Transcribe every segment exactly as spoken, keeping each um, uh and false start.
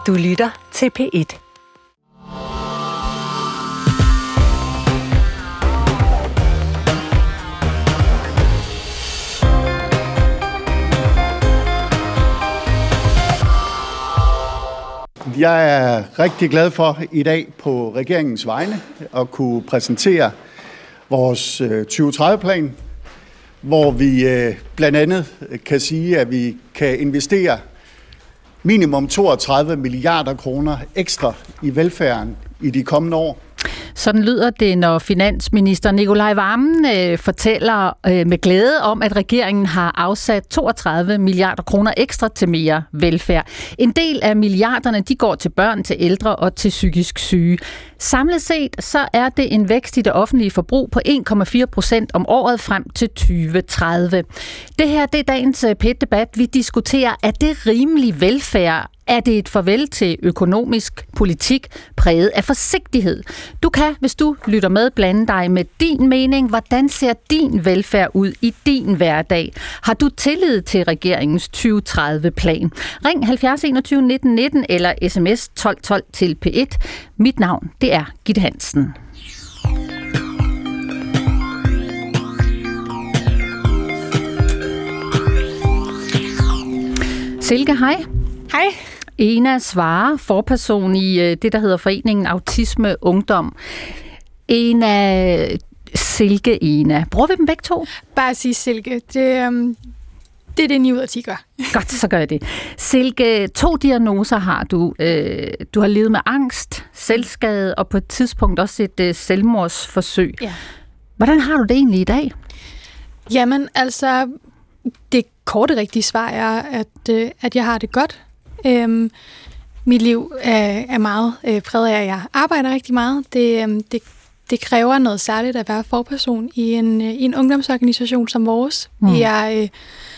Du lytter til P et. Jeg er rigtig glad for i dag på regeringens vegne at kunne præsentere vores tyve tredive-plan, hvor vi blandt andet kan sige, at vi kan investere minimum toogtredive milliarder kroner ekstra i velfærden i de kommende år. Sådan lyder det, når finansminister Nicolai Wammen øh, fortæller øh, med glæde om, at regeringen har afsat toogtredive milliarder kroner ekstra til mere velfærd. En del af milliarderne de går til børn, til ældre og til psykisk syge. Samlet set så er det en vækst i det offentlige forbrug på en komma fire procent om året frem til tyve tredive. Det her det er dagens P et-debat. Vi diskuterer, er det rimelig velfærd? Er det et farvel til økonomisk politik præget af forsigtighed? Du kan, hvis du lytter med, blande dig med din mening. Hvordan ser din velfærd ud i din hverdag? Har du tillid til regeringens tyve tredive-plan? Ring halvfjerds enogtyve nitten nitten eller sms tolv tolv til P et. Mit navn, det er Gitte Hansen. Silke, hej. Hej. Ena Svare, forperson i det, der hedder Foreningen Autisme Ungdom. Ena, Silke, Ena. Bruger vi dem begge to? Bare at sige Silke. Det, um, det er det, ni ud af ti gør. Godt, så gør jeg det. Silke, to diagnoser har du. Du har levet med angst, selvskade og på et tidspunkt også et selvmordsforsøg. Ja. Hvordan har du det egentlig i dag? Jamen, altså, det korte rigtige svar er, at, at jeg har det godt. Øhm, mit liv er, er meget øh, præget af, at jeg arbejder rigtig meget. Det, øhm, det, det kræver noget særligt at være forperson i en, øh, i en ungdomsorganisation som vores. Mm. Vi er øh,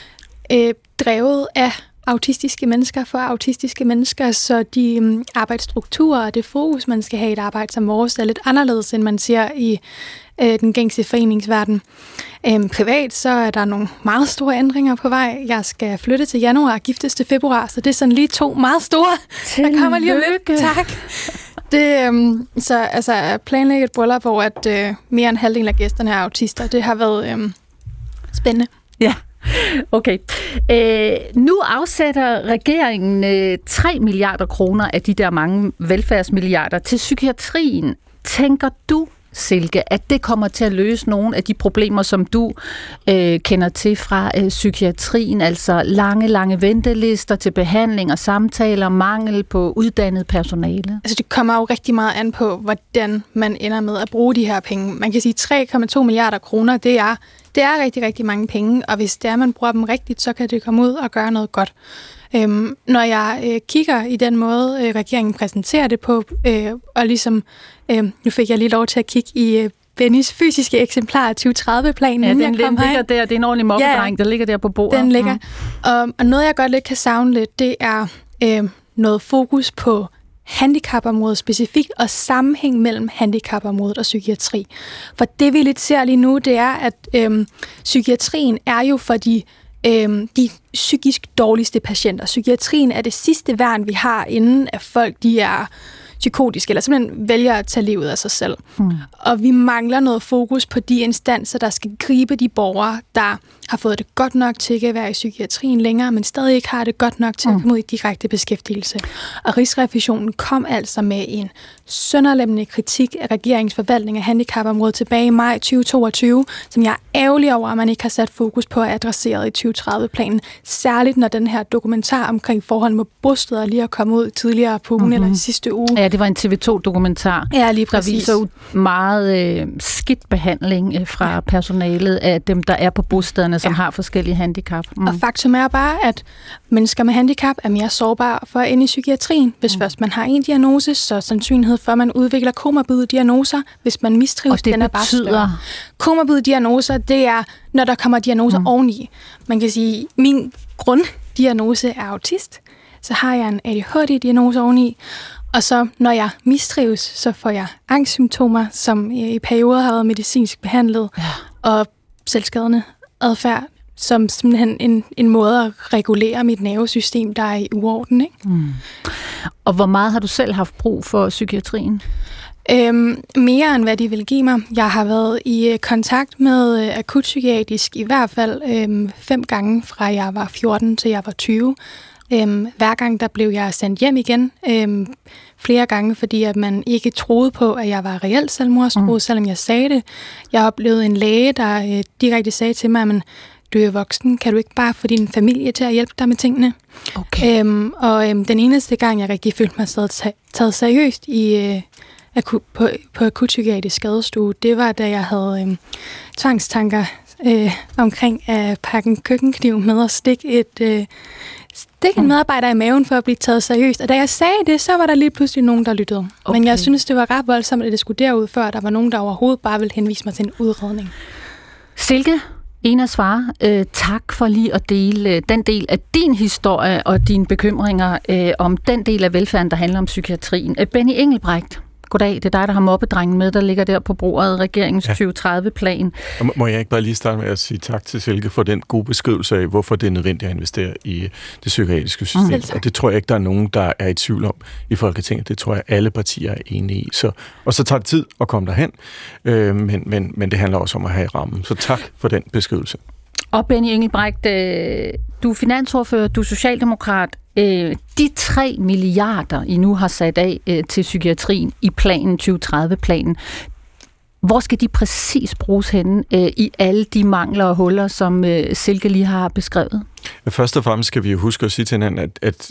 øh, drevet af autistiske mennesker for autistiske mennesker, så de øh, arbejdsstrukturer og det fokus, man skal have i et arbejde som vores, er lidt anderledes, end man ser i øh, den gængse foreningsverden. Øhm, privat, så er der nogle meget store ændringer på vej. Jeg skal flytte til januar og giftes til februar, så det er sådan lige to meget store. Tillykke. Der kommer lige om lidt. Tak. Det, øhm, så altså, planlægge et bryllup, hvor at, øh, mere end halvdelen af gæsterne er autister. Det har været øhm, spændende. Ja, okay. Øh, nu afsætter regeringen øh, tre milliarder kroner af de der mange velfærdsmilliarder til psykiatrien. Tænker du, Silke, at det kommer til at løse nogle af de problemer, som du øh, kender til fra øh, psykiatrien, altså lange, lange ventelister til behandling og samtaler, mangel på uddannet personale? Altså det kommer jo rigtig meget an på, hvordan man ender med at bruge de her penge. Man kan sige, at tre komma to milliarder kroner, det er, det er rigtig, rigtig mange penge, og hvis det er, man bruger dem rigtigt, så kan det komme ud og gøre noget godt. Øhm, når jeg øh, kigger i den måde, øh, regeringen præsenterer det på, øh, og ligesom, øh, nu fik jeg lige lov til at kigge i øh, Bennys fysiske eksemplar af tyve tredive-planen. Ja, den, den ligger der, det er en ordentlig mobbedreng, ja, der ligger der på bordet. Den ligger. Mm. Og, og noget, jeg godt lidt kan savne lidt, det er øh, noget fokus på handicapområdet specifikt, og sammenhæng mellem handicapområdet og psykiatri. For det, vi lidt ser lige nu, det er, at øh, psykiatrien er jo for de Øhm, de psykisk dårligste patienter. Psykiatrien er det sidste værn, vi har, inden at folk de er psykotiske, eller simpelthen vælger at tage livet af sig selv. Hmm. Og vi mangler noget fokus på de instanser, der skal gribe de borgere, der har fået det godt nok til at være i psykiatrien længere, men stadig ikke har det godt nok til at komme ud i direkte beskæftigelse. Og Rigsrevisionen kom altså med en sønderlemmende kritik af regeringens forvaltning af handicapområdet tilbage i maj tyve toogtyve, som jeg er ærgerlig over, at man ikke har sat fokus på at adressere i tyve tredive-planen. Særligt når den her dokumentar omkring forhold med bosteder lige er kommet ud tidligere på ugen mm-hmm. eller sidste uge. Ja, det var en T V to-dokumentar, ja, lige præcis. Der viser meget øh, skidt behandling øh, fra ja. personalet af dem, der er på bostederne, som ja. har forskellige handicap. Mm. Og faktum er bare, at mennesker med handicap er mere sårbare for at ende i psykiatrien. Hvis mm. først man har en diagnose, så er sandsynlighed for, at man udvikler komorbide diagnoser, hvis man mistrives, den er bare større. Komorbide diagnoser, det er, når der kommer diagnoser mm. oveni. Man kan sige, at min grunddiagnose er autist, så har jeg en A D H D-diagnose oveni, og så når jeg mistrives, så får jeg angstsymptomer, som i perioder har været medicinsk behandlet, ja. og selvskadende adfærd, som simpelthen en, en måde at regulere mit nervesystem, der er i uorden. Ikke? Mm. Og hvor meget har du selv haft brug for psykiatrien? Øhm, mere end hvad de vil give mig. Jeg har været i øh, kontakt med øh, akutpsykiatrisk i hvert fald øh, fem gange, fra jeg var fjorten til jeg var tyve. Øhm, hver gang der blev jeg sendt hjem igen. Øhm, flere gange, fordi at man ikke troede på, at jeg var reelt selvmordstruet, mm. selvom jeg sagde det. Jeg oplevede en læge, der øh, direkte sagde til mig, men du er voksen, kan du ikke bare få din familie til at hjælpe dig med tingene? Okay. Øhm, og øhm, den eneste gang, jeg rigtig følte mig taget seriøst i, øh, aku- på, på akutpsykiatrisk skadestue, det var, da jeg havde øh, tvangstanker øh, omkring at pakke en køkkenkniv med og stikke et... Øh, Det er en medarbejder i maven for at blive taget seriøst. Og da jeg sagde det, så var der lige pludselig nogen, der lyttede. Okay. Men jeg synes, det var ret voldsomt, at det skulle derud, før der var nogen, der overhovedet bare ville henvise mig til en udredning. Silke, Ena Svare, øh, tak for lige at dele øh, den del af din historie og dine bekymringer øh, om den del af velfærden, der handler om psykiatrien. Øh, Benny Engelbrecht, goddag, det er dig, der har mobbedrengen med, der ligger der på bordet, regeringens ja. tyve tredive-plan. Og må jeg ikke bare lige starte med at sige tak til Silke for den gode beskrivelse af, hvorfor det er nødvendigt at investere i det psykiatriske system. Mm. Og det tror jeg ikke, der er nogen, der er i tvivl om i Folketinget. Det tror jeg, alle partier er enige i. Så, og så tager det tid at komme derhen, øh, men, men, men det handler også om at have rammen. Så tak for den beskrivelse. Og Benny Engelbrecht, øh, du er finansordfører, du er socialdemokrat. Øh, de tre milliarder, I nu har sat af øh, til psykiatrien i planen tyve tredive-planen, hvor skal de præcis bruges henne øh, i alle de mangler og huller, som øh, Silke lige har beskrevet? Først og fremmest skal vi jo huske at sige til hinanden, at, at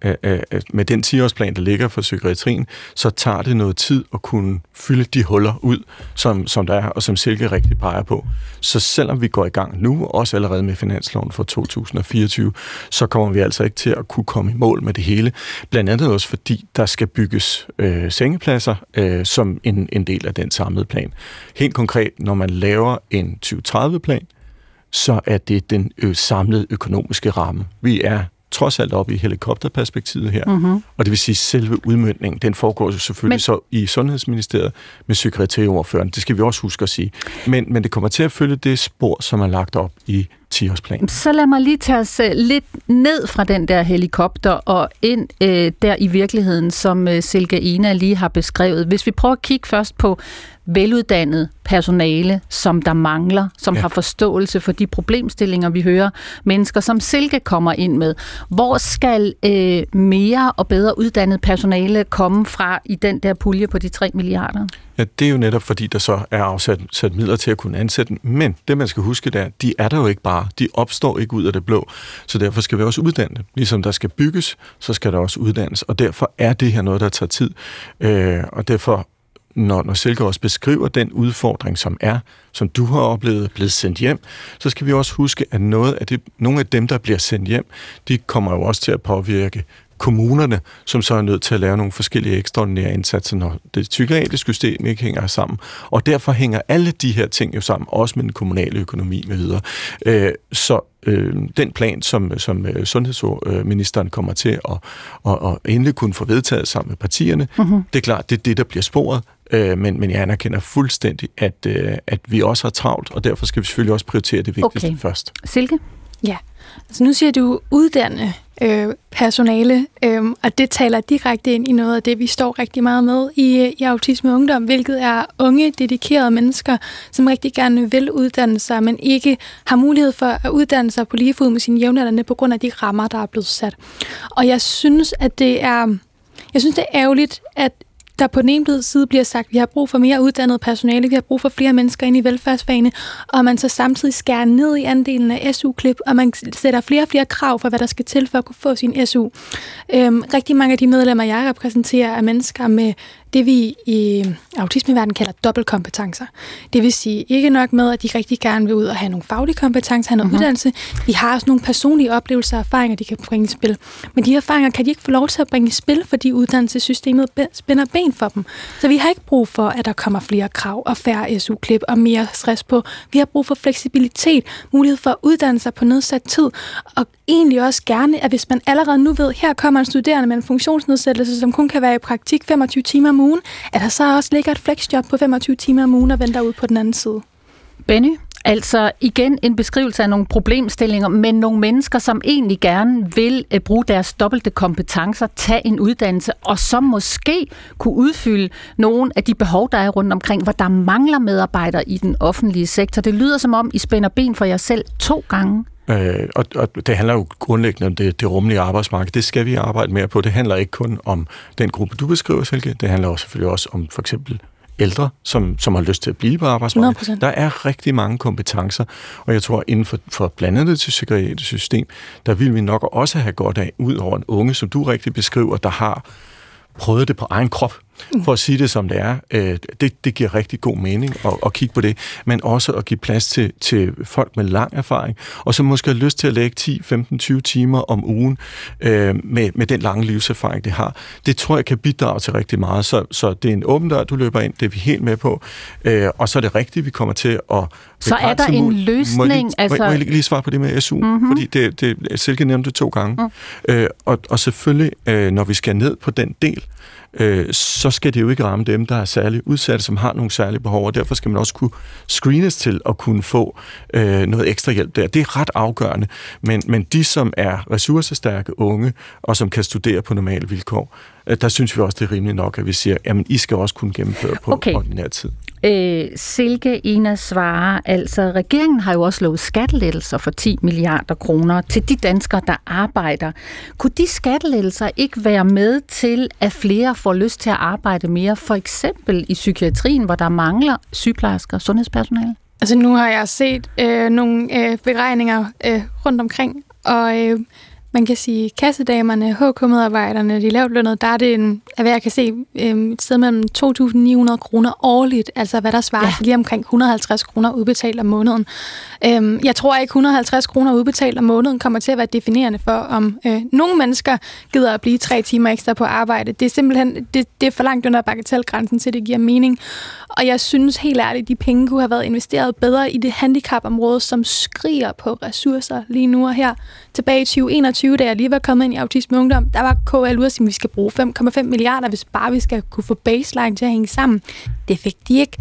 med den ti-årsplan, der ligger for psykiatrien, så tager det noget tid at kunne fylde de huller ud, som, som der er, og som Silke rigtig peger på. Så selvom vi går i gang nu, også allerede med finansloven for to tusind og fireogtyve, så kommer vi altså ikke til at kunne komme i mål med det hele. Blandt andet også fordi, der skal bygges øh, sengepladser øh, som en, en del af den samlede plan. Helt konkret, når man laver en tyve tredive-plan, så er det den ø- samlede økonomiske ramme. Vi er trods alt op i helikopterperspektivet her, mm-hmm. og det vil sige, selve udmøntningen, den foregår jo selvfølgelig Men... så i Sundhedsministeriet med psykiatriordføreren. Det skal vi også huske at sige. Men, men det kommer til at følge det spor, som er lagt op i ti-årsplanen. Så lad mig lige tage os lidt ned fra den der helikopter og ind øh, der i virkeligheden, som øh, Silke Ena lige har beskrevet. Hvis vi prøver at kigge først på veluddannet personale, som der mangler, som ja. har forståelse for de problemstillinger, vi hører mennesker, som Silke kommer ind med. Hvor skal øh, mere og bedre uddannet personale komme fra i den der pulje på de tre milliarder? Ja, det er jo netop fordi, der så er afsat sat midler til at kunne ansætte dem. Men det, man skal huske, der, de er der jo ikke bare. De opstår ikke ud af det blå. Så derfor skal vi også uddanne dem. Ligesom der skal bygges, så skal der også uddannes. Og derfor er det her noget, der tager tid. Øh, og derfor Når, når Silke også beskriver den udfordring, som er, som du har oplevet, blevet sendt hjem, så skal vi også huske, at noget af det, nogle af dem, der bliver sendt hjem, de kommer jo også til at påvirke kommunerne, som så er nødt til at lave nogle forskellige ekstraordinære indsatser, når det psykiatriske system ikke hænger sammen. Og derfor hænger alle de her ting jo sammen, også med den kommunale økonomi med videre. Øh, så øh, den plan, som, som sundhedsministeren kommer til at, at, at endelig kunne få vedtaget sammen med partierne, mm-hmm. det er klart, det er det, der bliver sporet. Men, men jeg anerkender fuldstændig, at, at vi også har travlt, og derfor skal vi selvfølgelig også prioritere det vigtigste okay. først. Silke? Ja, altså nu siger du uddanne øh, personale, øh, og det taler direkte ind i noget af det, vi står rigtig meget med i, i Autisme Ungdom, hvilket er unge, dedikerede mennesker, som rigtig gerne vil uddanne sig, men ikke har mulighed for at uddanne sig på lige fod med sine jævnaldrende på grund af de rammer, der er blevet sat. Og jeg synes, at det er, jeg synes, det er ærgerligt, at der på den ene side bliver sagt, at vi har brug for mere uddannet personale, vi har brug for flere mennesker ind i velfærdsfagene, og man så samtidig skærer ned i andelen af S U-klip, og man sætter flere og flere krav for, hvad der skal til for at kunne få sin S U. Øhm, rigtig mange af de medlemmer, jeg repræsenterer, er mennesker med det, vi i autismeverdenen kalder dobbeltkompetencer. Det vil sige ikke nok med, at de rigtig gerne vil ud og have nogle faglige kompetencer, have noget mm-hmm. uddannelse. De har også nogle personlige oplevelser og erfaringer, de kan bringe i spil. Men de erfaringer kan de ikke få lov til at bringe i spil, fordi uddannelsessystemet spænder ben for dem. Så vi har ikke brug for, at der kommer flere krav og færre S U-klip og mere stress på. Vi har brug for fleksibilitet, mulighed for at uddanne sig på nedsat tid, og egentlig også gerne, at hvis man allerede nu ved, her kommer en studerende med en funktionsnedsættelse, som kun kan være i praktik femogtyve timer om ugen, at der så også ligger et flexjob på femogtyve timer om ugen og venter ud på den anden side. Benny, Altså igen en beskrivelse af nogle problemstillinger, men nogle mennesker, som egentlig gerne vil uh, bruge deres dobbelte kompetencer, tage en uddannelse, og som måske kunne udfylde nogle af de behov, der er rundt omkring, hvor der mangler medarbejdere i den offentlige sektor. Det lyder som om, I spænder ben for jer selv to gange. Øh, og, og det handler jo grundlæggende om det, det rummelige arbejdsmarked. Det skal vi arbejde mere på. Det handler ikke kun om den gruppe, du beskriver, Silke. Det handler også selvfølgelig også om for eksempel ældre, som, som har lyst til at blive på arbejdsmarkedet. hundrede procent. Der er rigtig mange kompetencer, og jeg tror, inden for, for blandt andet til psykiatrisk system, der vil vi nok også have godt af, ud over en unge, som du rigtig beskriver, der har prøvet det på egen krop, for at sige det som det er. Det, det giver rigtig god mening at, at kigge på det, men også at give plads til, til folk med lang erfaring, og som måske har lyst til at lægge ti, femten, tyve timer om ugen øh, med, med den lange livserfaring, det har. Det tror jeg kan bidrage til rigtig meget, så, så det er en åben dør, du løber ind, det er vi helt med på, øh, og så er det rigtigt, vi kommer til at så er der en løsning? Må jeg lige, altså... må jeg lige svare på det med S U? Mm-hmm. Fordi det, det, Silke nævnte det to gange. Mm. Øh, og, og selvfølgelig, øh, når vi skal ned på den del, øh, så skal det jo ikke ramme dem, der er særligt udsatte, som har nogle særlige behov, og derfor skal man også kunne screenes til at kunne få øh, noget ekstra hjælp der. Det er ret afgørende, men, men de, som er ressourcestærke unge, og som kan studere på normale vilkår, øh, der synes vi også, det er rimeligt nok, at vi siger, jamen, I skal også kunne gennemføre på okay. ordinær tid. Øh, Silke Ina svarer, altså regeringen har jo også lovet skattelettelser for ti milliarder kroner til de danskere, der arbejder. Kunne de skattelettelser ikke være med til, at flere får lyst til at arbejde mere, for eksempel i psykiatrien, hvor der mangler sygeplejersker og sundhedspersonale? Altså nu har jeg set øh, nogle øh, beregninger øh, rundt omkring, og øh, man kan sige, kassedamerne, H K-medarbejderne, de lavtlønnede, der er det en, hvad jeg kan se, et sted mellem to tusind ni hundrede kroner årligt, altså hvad der svarer ja. til lige omkring et hundrede og halvtreds kroner udbetalt om måneden. Jeg tror ikke, et hundrede og halvtreds kroner udbetalt om måneden kommer til at være definerende for, om øh, nogle mennesker gider at blive tre timer ekstra på arbejde. Det er simpelthen det, det er for langt under bagatelgrænsen, til det giver mening. Og jeg synes helt ærligt, at de penge kunne have været investeret bedre i det handicapområde, som skriger på ressourcer lige nu og her. Tilbage i tyve enogtyve, da jeg lige var kommet ind i Autisme Ungdom, der var K L ude at sige, at vi skal bruge fem komma fem milliarder, hvis bare vi skal kunne få baseline til at hænge sammen. Det fik de ikke.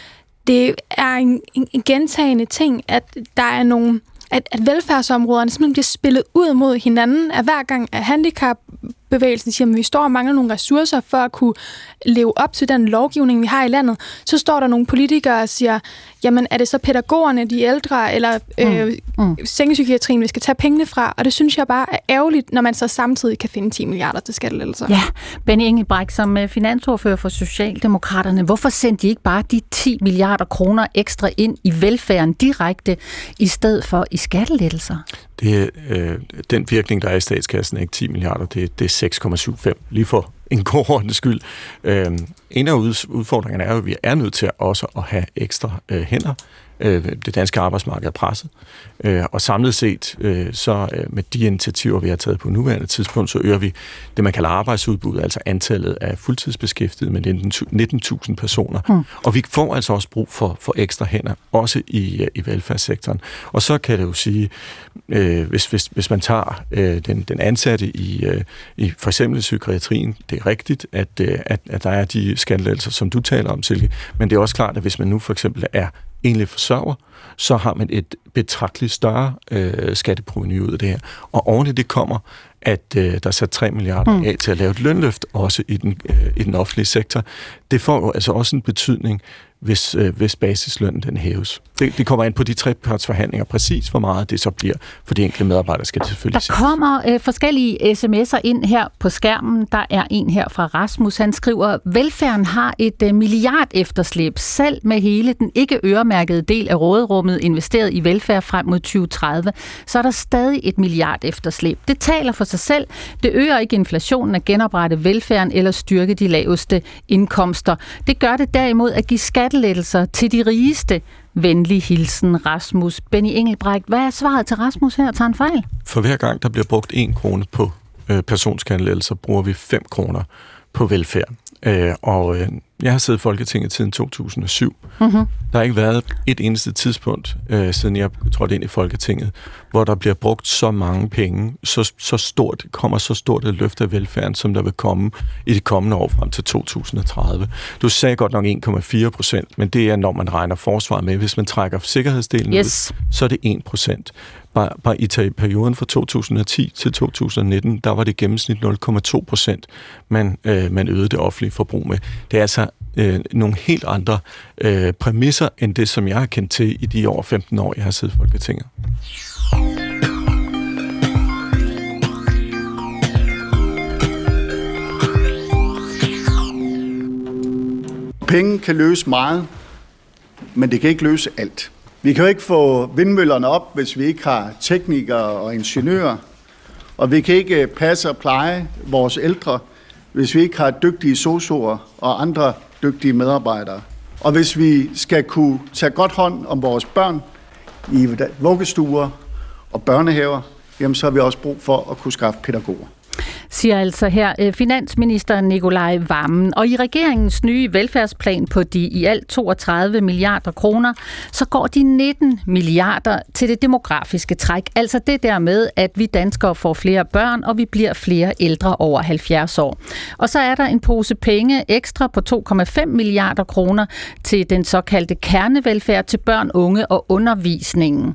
Det er en, en, en gentagende ting, at der er nogle, at, at velfærdsområderne simpelthen bliver spillet ud mod hinanden, at hver gang at handicapbevægelsen siger, at vi står og mangler nogle ressourcer for at kunne leve op til den lovgivning, vi har i landet, så står der nogle politikere og siger, jamen er det så pædagogerne, de ældre, eller øh, mm. Mm. sengepsykiatrien, vi skal tage pengene fra, og det synes jeg bare er ærgerligt, når man så samtidig kan finde ti milliarder til skattelettelser. Ja, Benny Engelbrecht, som finansordfører for Socialdemokraterne, hvorfor sendte de ikke bare de ti milliarder kroner ekstra ind i velfærden direkte, i stedet for i skattelettelser? Det, øh, den virkning, der er i statskassen, er ikke ti milliarder, det, det er seks komma syv fem, lige for en god ordens skyld. Øh, en af udfordringerne er jo, at vi er nødt til også at have ekstra øh, hænder. Øh, det danske arbejdsmarked er presset. Øh, og samlet set, øh, så øh, med de initiativer, vi har taget på nuværende tidspunkt, så øger vi det, man kalder arbejdsudbud, altså antallet af fuldtidsbeskæftigede med nitten tusind personer. Mm. Og vi får altså også brug for, for ekstra hænder, også i, i velfærdssektoren. Og så kan det jo sige, øh, hvis, hvis, hvis man tager øh, den, den ansatte i, øh, i for eksempel psykiatrien, det er rigtigt, at, øh, at, at der er de skattelettelser, som du taler om, Silke, men det er også klart, at hvis man nu for eksempel er enlig forsørger, så har man et betragteligt større øh, skatteprovenu ud af det her. Og oven i det kommer, at øh, der er sat tre milliarder mm. af til at lave et lønløft, også i den, øh, i den offentlige sektor. Det får jo altså også en betydning, hvis, øh, hvis basislønnen den hæves. Det, det kommer ind på de trepartsforhandlinger, præcis hvor meget det så bliver for de enkelte medarbejdere, skal det selvfølgelig Der kommer øh, forskellige sms'er ind her på skærmen. Der er en her fra Rasmus. Han skriver, velfærden har et øh, milliard efterslæb, selv med hele den ikke øremærkede del af råderummet investeret i velfærd frem mod tyve tredive, så er der stadig et milliard efterslæb. Det taler for sig selv. Det øger ikke inflationen at genoprette velfærden eller styrke de laveste indkomster. Det gør det derimod at give skattelettelser til de rigeste. Venlig hilsen, Rasmus. Benny Engelbrecht, hvad er svaret til Rasmus her? Tager han fejl? For hver gang, der bliver brugt en krone på øh, personskattelettelser, bruger vi fem kroner på velfærd. Øh, og øh, jeg har siddet i Folketinget siden to tusind og syv. Mm-hmm. Der har ikke været et eneste tidspunkt, øh, siden jeg trådte ind i Folketinget, hvor der bliver brugt så mange penge, så, så stort, kommer så stort et løft af velfærden, som der vil komme i de kommende år frem til to tusind og tredive. Du sagde godt nok en komma fire procent, men det er, når man regner forsvaret med. Hvis man trækker sikkerhedsdelen yes. ud, så er det en procent. Bare, bare i perioden fra to tusind og ti til to tusind og nitten, der var det gennemsnit nul komma to procent, man, øh, man øgede det offentlige forbrug med. Det er altså øh, nogle helt andre øh, præmisser, end det, som jeg har kendt til i de over femten år, jeg har siddet i Folketinget. Penge kan løse meget, men det kan ikke løse alt. Vi kan jo ikke få vindmøllerne op, hvis vi ikke har teknikere og ingeniører, og vi kan ikke passe og pleje vores ældre, hvis vi ikke har dygtige sosuer og andre dygtige medarbejdere. Og hvis vi skal kunne tage godt hånd om vores børn i vuggestuer og børnehaver, jamen så har vi også brug for at kunne skaffe pædagoger. Siger altså her finansminister Nicolai Wammen. Og i regeringens nye velfærdsplan på de i alt toogtredive milliarder kroner, så går de nitten milliarder til det demografiske træk. Altså det der med, at vi danskere får flere børn, og vi bliver flere ældre over halvfjerds år. Og så er der en pose penge ekstra på to komma fem milliarder kroner til den såkaldte kernevelfærd til børn, unge og undervisningen.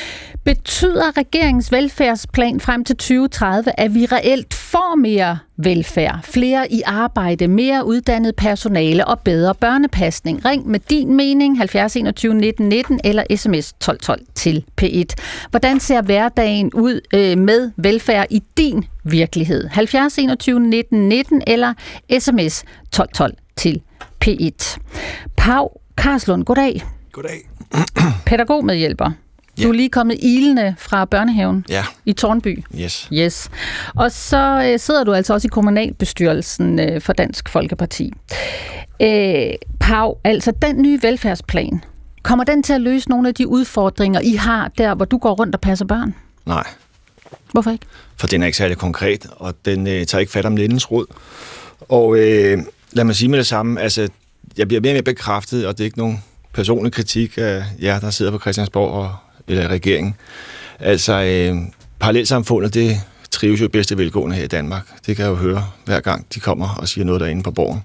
Betyder regeringens velfærdsplan frem til tyve tredive, at vi reelt får mere velfærd, flere i arbejde, mere uddannet personale og bedre børnepasning? Ring med din mening halvfjerds enogtyve nitten nitten eller sms tolv tolv til P et. Hvordan ser hverdagen ud øh, med velfærd i din virkelighed? halvfjerds enogtyve nitten nitten eller sms tolv tolv til P et. Pau Karslund, goddag. Goddag. Pædagogmedhjælper. Du er lige kommet ilende fra børnehaven ja. i Tårnby. Yes. yes. Og så øh, sidder du altså også i kommunalbestyrelsen øh, for Dansk Folkeparti. Øh, Pau, altså den nye velfærdsplan, kommer den til at løse nogle af de udfordringer, I har der, hvor du går rundt og passer børn? Nej. Hvorfor ikke? For den er ikke særlig konkret, og den øh, tager ikke fat om nældens rod. Og øh, lad mig sige med det samme, altså jeg bliver mere og mere bekræftet, og det er ikke nogen personlig kritik af jer, der sidder på Christiansborg og eller regeringen. Altså, øh, parallelsamfundet, det trives jo bedste velgående her i Danmark. Det kan jeg jo høre, hver gang de kommer og siger noget derinde på borgen.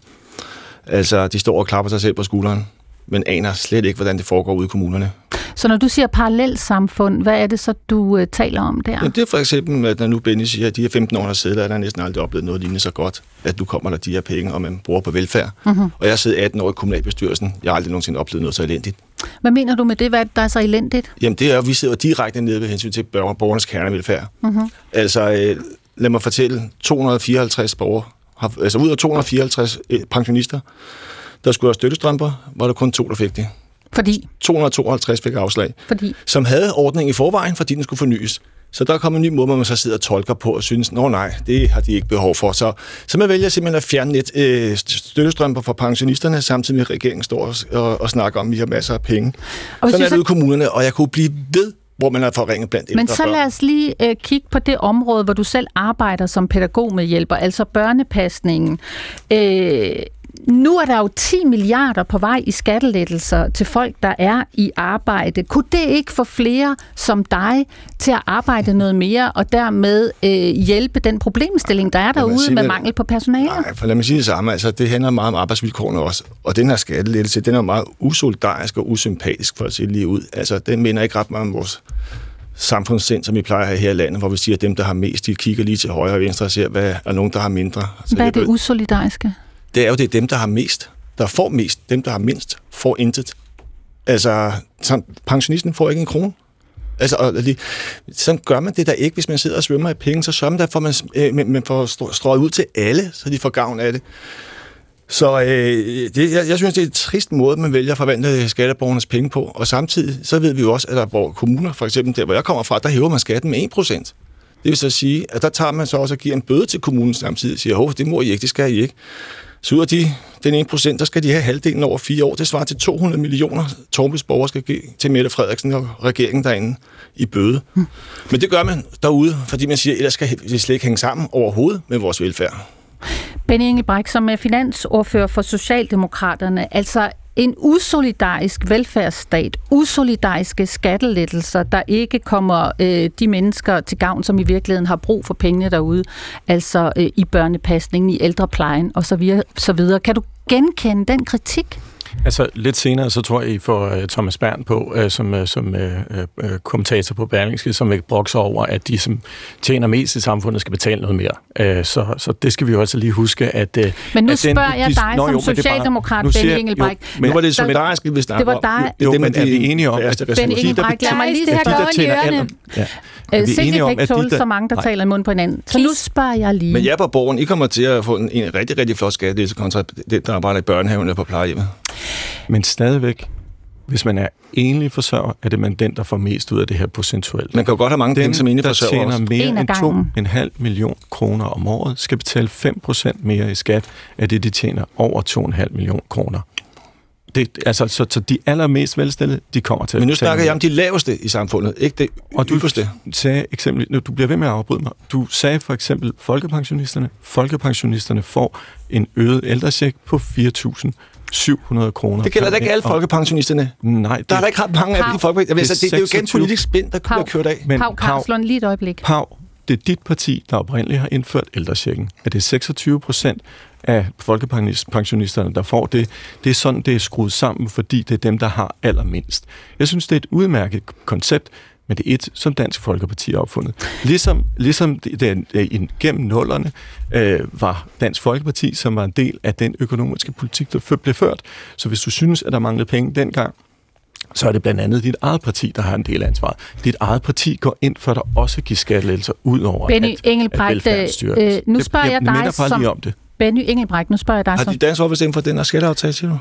Altså, de står og klapper sig selv på skulderen, men aner slet ikke, hvordan det foregår ude i kommunerne. Så når du siger parallelsamfund, hvad er det så, du øh, taler om der? Jamen, det er for eksempel, at når nu Benny siger, at de her femten år, der sidder, der er der næsten aldrig oplevet noget lignende så godt, at du kommer der de her penge, og man bruger på velfærd. Mm-hmm. Og jeg sidder atten år i kommunalbestyrelsen. Jeg har aldrig nogensinde oplevet noget så elendigt. Hvad mener du med det? Hvad der er så elendigt? Jamen, det er jo, vi sidder direkte nede ved hensyn til borgernes kernevelfærd. Mm-hmm. Altså, øh, lad mig fortælle, to hundrede og fireoghalvtreds borgere, har, altså ud af to hundrede og fireoghalvtreds øh, pensionister, der skulle have støttestrømper, var der kun to, der fik det. Fordi? to hundrede og tooghalvtreds fik afslag. Fordi? Som havde ordning i forvejen, fordi den skulle fornyes. Så der kommer en ny måde, hvor man så sidder og tolker på og synes, nå nej, det har de ikke behov for. Så, så man vælger simpelthen at fjerne lidt øh, støttestrømper fra pensionisterne, samtidig med at regeringen står og, og, og snakker om, at vi har masser af penge. Og sådan er det ude i kommunerne, og jeg kunne blive ved, hvor man har forringet blandt ældre. Men så lad os lige øh, kigge på det område, hvor du selv arbejder som pædagogmedhjælper, altså børnepasningen. Øh, Nu er der jo ti milliarder på vej i skattelettelser til folk, der er i arbejde. Kunne det ikke få flere som dig til at arbejde noget mere, og dermed øh, hjælpe den problemstilling, der er derude med mangel på personale? Nej, for lad mig sige det samme. Altså, det handler meget om arbejdsvilkårene også. Og den her skattelettelse, den er meget usolidarisk og usympatisk, for at se lige ud. Altså, den minder ikke ret meget om vores samfundssind, som vi plejer at have her i landet, hvor vi siger, at dem, der har mest, de kigger lige til højre og venstre og ser, hvad er nogen, der har mindre. Så hvad er det usolidariske? Det er jo det er dem, der har mest, der får mest. Dem, der har mindst, får intet. Altså, pensionisten får ikke en krone. Altså, og, sådan gør man det der ikke, hvis man sidder og svømmer i penge, så sørger man der, for man, øh, man får strøget ud til alle, så de får gavn af det. Så øh, det, jeg, jeg synes, det er en trist måde, man vælger at forvandle skatteborgernes penge på, og samtidig så ved vi jo også, at der er kommuner, for eksempel der, hvor jeg kommer fra, der hæver man skatten med en procent. Det vil så sige, at der tager man så også og giver en bøde til kommunen samtidig, og siger, hov, det må I ikke, det skal I ikke. Så ud af de, den ene procent, der skal de have halvdelen over fire år. Det svarer til to hundrede millioner Tornbys borgere skal give til Mette Frederiksen og regeringen derinde i bøde. Hmm. Men det gør man derude, fordi man siger, ellers skal vi slet ikke hænge sammen overhovedet med vores velfærd. Benny Engelbrecht, som er finansordfører for Socialdemokraterne, altså en usolidarisk velfærdsstat, usolidariske skattelettelser, der ikke kommer øh, de mennesker til gavn, som i virkeligheden har brug for pengene derude, altså øh, i børnepasningen, i ældreplejen osv. så videre. Kan du genkende den kritik? Altså lidt senere, så tror jeg, I får uh, Thomas Bern på, uh, som, uh, som uh, uh, kommentator på Berlingske, som vil brokse over, at de, som tjener mest i samfundet, skal betale noget mere. Uh, så, så det skal vi jo altså lige huske, at... Uh, men nu at spørger den, jeg de, dig nå, som jo, socialdemokrat, Benny Engelbrecht. Men nu var det solidarisk, vi snakker om. Det var dig. Jo, jo, men er vi enige om, at Benny Engelbrecht, lad mig lige det her går i ørerne. Ja. Sikke kan ikke tåle så mange, der nej. taler i munden på hinanden. Så nu spørger jeg lige. Men jeg på borgen, I kommer til at få en, en rigtig, rigtig flot skattelettelse kontra det, der arbejder i børnehaven eller på plejehjemmet. Men stadigvæk, hvis man er enlig forsørger, er det man den, der får mest ud af det her procentuelt. Man kan jo godt have mange den, penge som enlig forsørger der tjener mere en end to komma fem million kroner om året, skal betale fem procent mere i skat af det, de tjener over to komma fem million kroner. Det, altså, så, så de allermest velstillede, de kommer til at... Men nu snakker jeg om de laveste i samfundet, ikke det og du ypperste. sagde eksempel, du bliver ved med at afbryde mig. Du sagde for eksempel folkepensionisterne. Folkepensionisterne får en øget ældrecheck på fire tusind syv hundrede kroner. Det gælder da ikke alle folkepensionisterne. Nej. Det, der er da ikke ret mange af de folkepensionister. Det, det, det er jo igen politisk spind, der bliver kørt af. Men Pau Karlslund, lige et øjeblik. Pau, det er dit parti, der oprindeligt har indført ældrechecken. Er det seksogtyve procent af folkepensionisterne, der får det? Det er sådan, det er skruet sammen, fordi det er dem, der har allermindst. Jeg synes, det er et udmærket koncept, men det er et, som Dansk Folkeparti har opfundet. Ligesom, ligesom det, det, det, gennem nullerne øh, var Dansk Folkeparti, som var en del af den økonomiske politik, der blev ført. Så hvis du synes, at der manglede penge dengang, så er det blandt andet dit eget parti, der har en del af ansvaret. Dit eget parti går ind for, at der også giver skattelettelser ud over Benny at, Engelbrecht, at velfærdsstyrelsen. Øh, nu spørger jeg, jeg dig som... Om det. Benny Engelbrecht, nu spørger jeg dig har som... Har de dansk overbestemt for den her skatteaftale, siger du?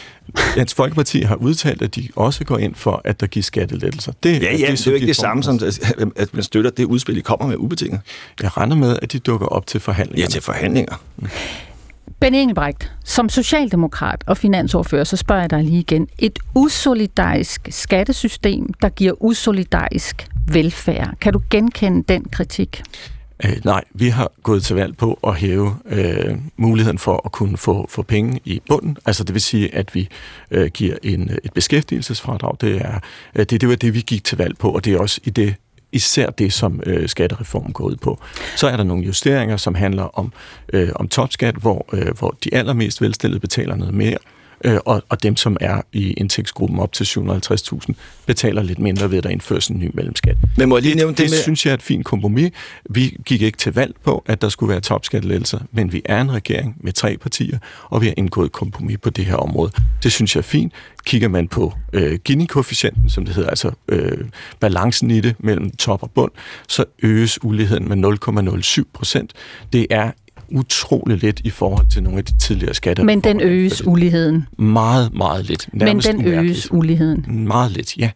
Dansk Folkeparti har udtalt, at de også går ind for, at der gives skattelettelser. Det, ja, ja, det, det er jo ikke det samme som, at man støtter det udspil, de kommer med ubetinget. Jeg regner med, at de dukker op til forhandlinger. Ja, til forhandlinger. Mm. Benny Engelbrecht, som socialdemokrat og finansordfører, så spørger jeg dig lige igen. Et usolidarisk skattesystem, der giver usolidarisk velfærd. Kan du genkende den kritik? Øh, nej, vi har gået til valg på at hæve øh, muligheden for at kunne få, få penge i bunden. Altså det vil sige, at vi øh, giver en, et beskæftigelsesfradrag. Det er det, det var det, vi gik til valg på, og det er også i det, især det, som øh, skattereformen går ud på. Så er der nogle justeringer, som handler om, øh, om topskat, hvor, øh, hvor de allermest velstillede betaler noget mere, øh, og, og dem, som er i indtægtsgruppen op til syv hundrede og halvtreds tusind, betaler lidt mindre ved, at der indføres en ny mellemskat. Men må jeg lige nævne det, det med... synes jeg er et fint kompromis. Vi gik ikke til valg på, at der skulle være topskattelettelser, men vi er en regering med tre partier, og vi har indgået et kompromis på det her område. Det synes jeg er fint. Kigger man på øh, Gini-koefficienten, som det hedder, altså øh, balancen i det mellem top og bund, så øges uligheden med nul komma nul syv procent. Det er utrolig lidt i forhold til nogle af de tidligere skatter. Men den øges uligheden? Meget, meget lidt. Nærmest Men den øges umærkeligt. Uligheden? Meget lidt, ja.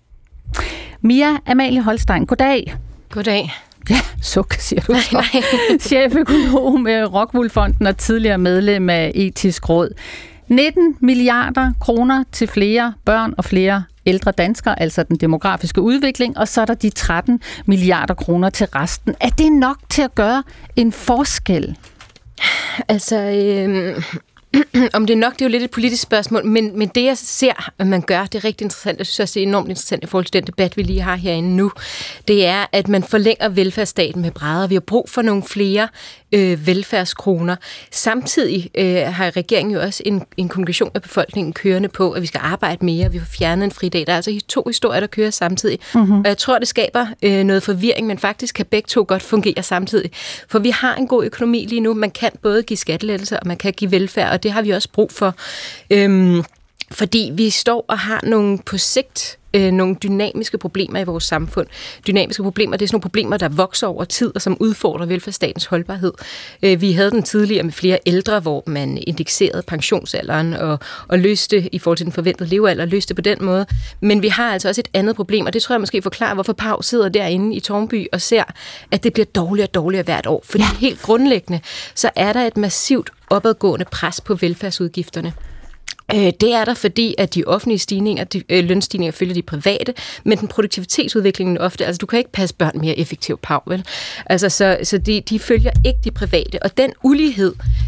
Mia Amalie Holstein, goddag. Goddag. Ja, suk, siger du så. Nej, nej. Cheføkonom med Rockwool Fonden og tidligere medlem af Etisk Råd. nitten milliarder kroner til flere børn og flere ældre danskere, altså den demografiske udvikling, og så er der de tretten milliarder kroner til resten. Er det nok til at gøre en forskel? Altså, øh, om det er nok, det er jo lidt et politisk spørgsmål, men, men det, jeg ser, at man gør, det er rigtig interessant. Jeg synes også, det er enormt interessant i forhold til den debat, vi lige har herinde nu. Det er, at man forlænger velfærdsstaten med brædder. Vi har brug for nogle flere øh, velfærdskroner. Samtidig øh, har regeringen jo også en, en kommunikation af befolkningen kørende på, at vi skal arbejde mere, vi får fjernet en fridag. Der er altså to historier, der kører samtidig. Mm-hmm. Og jeg tror, det skaber øh, noget forvirring, men faktisk kan begge to godt fungere samtidig. For vi har en god økonomi lige nu. Man kan både give skattelettelser, og man kan give velfærd, og det har vi også brug for. Øhm, fordi vi står og har nogle på sigt øh, nogle dynamiske problemer i vores samfund. Dynamiske problemer, det er sådan nogle problemer, der vokser over tid, og som udfordrer velfærdsstatens holdbarhed. Øh, vi havde den tidligere med flere ældre, hvor man indekserede pensionsalderen og, og løste i forhold til den forventede levealder, løste på den måde. Men vi har altså også et andet problem, og det tror jeg måske forklarer, hvorfor Pau sidder derinde i Tårnby og ser, at det bliver dårligere og dårligere hvert år. Fordi ja. helt grundlæggende, så er der et massivt opadgående pres på velfærdsudgifterne. Det er der, fordi at de offentlige stigninger, de, øh, lønstigninger følger de private, men den produktivitetsudviklingen ofte, altså du kan ikke passe børn mere effektivt, Pau, vel? Altså, så, så de, de følger ikke de private, og den ulighed,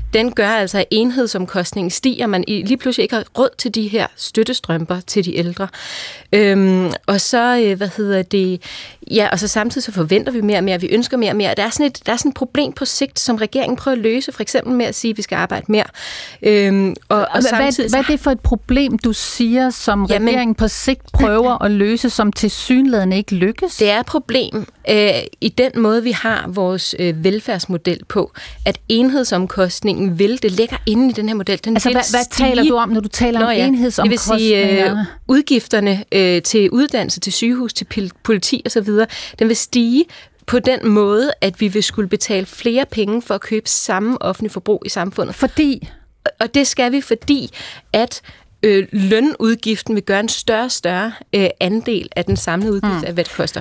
den gør altså, at enhedsomkostningen stiger. Man lige pludselig ikke har råd til de her støttestrømper til de ældre. Øhm, og så, øh, hvad hedder det, ja, og så samtidig så forventer vi mere og mere, vi ønsker mere og mere. Der er sådan et, der er sådan et problem på sigt, som regeringen prøver at løse, for eksempel med at sige, at vi skal arbejde mere. Øhm, og, og hvad, samtidig, hvad er det for et problem, du siger, som jamen, regeringen på sigt prøver at løse, som tilsyneladende ikke lykkes? Det er et problem øh, i den måde, vi har vores øh, velfærdsmodel på, at enhedsomkostningen vil, det ligger inde i den her model. Den altså, hvad, hvad taler du om, når du taler Nå, om ja. enhedsomkostninger? Det vil sige, øh, udgifterne øh, til uddannelse, til sygehus, til politi osv., den vil stige på den måde, at vi vil skulle betale flere penge for at købe samme offentlig forbrug i samfundet. Fordi? Og det skal vi, fordi at øh, lønudgiften vil gøre en større og større øh, andel af den samlede udgift mm. af, hvad det koster.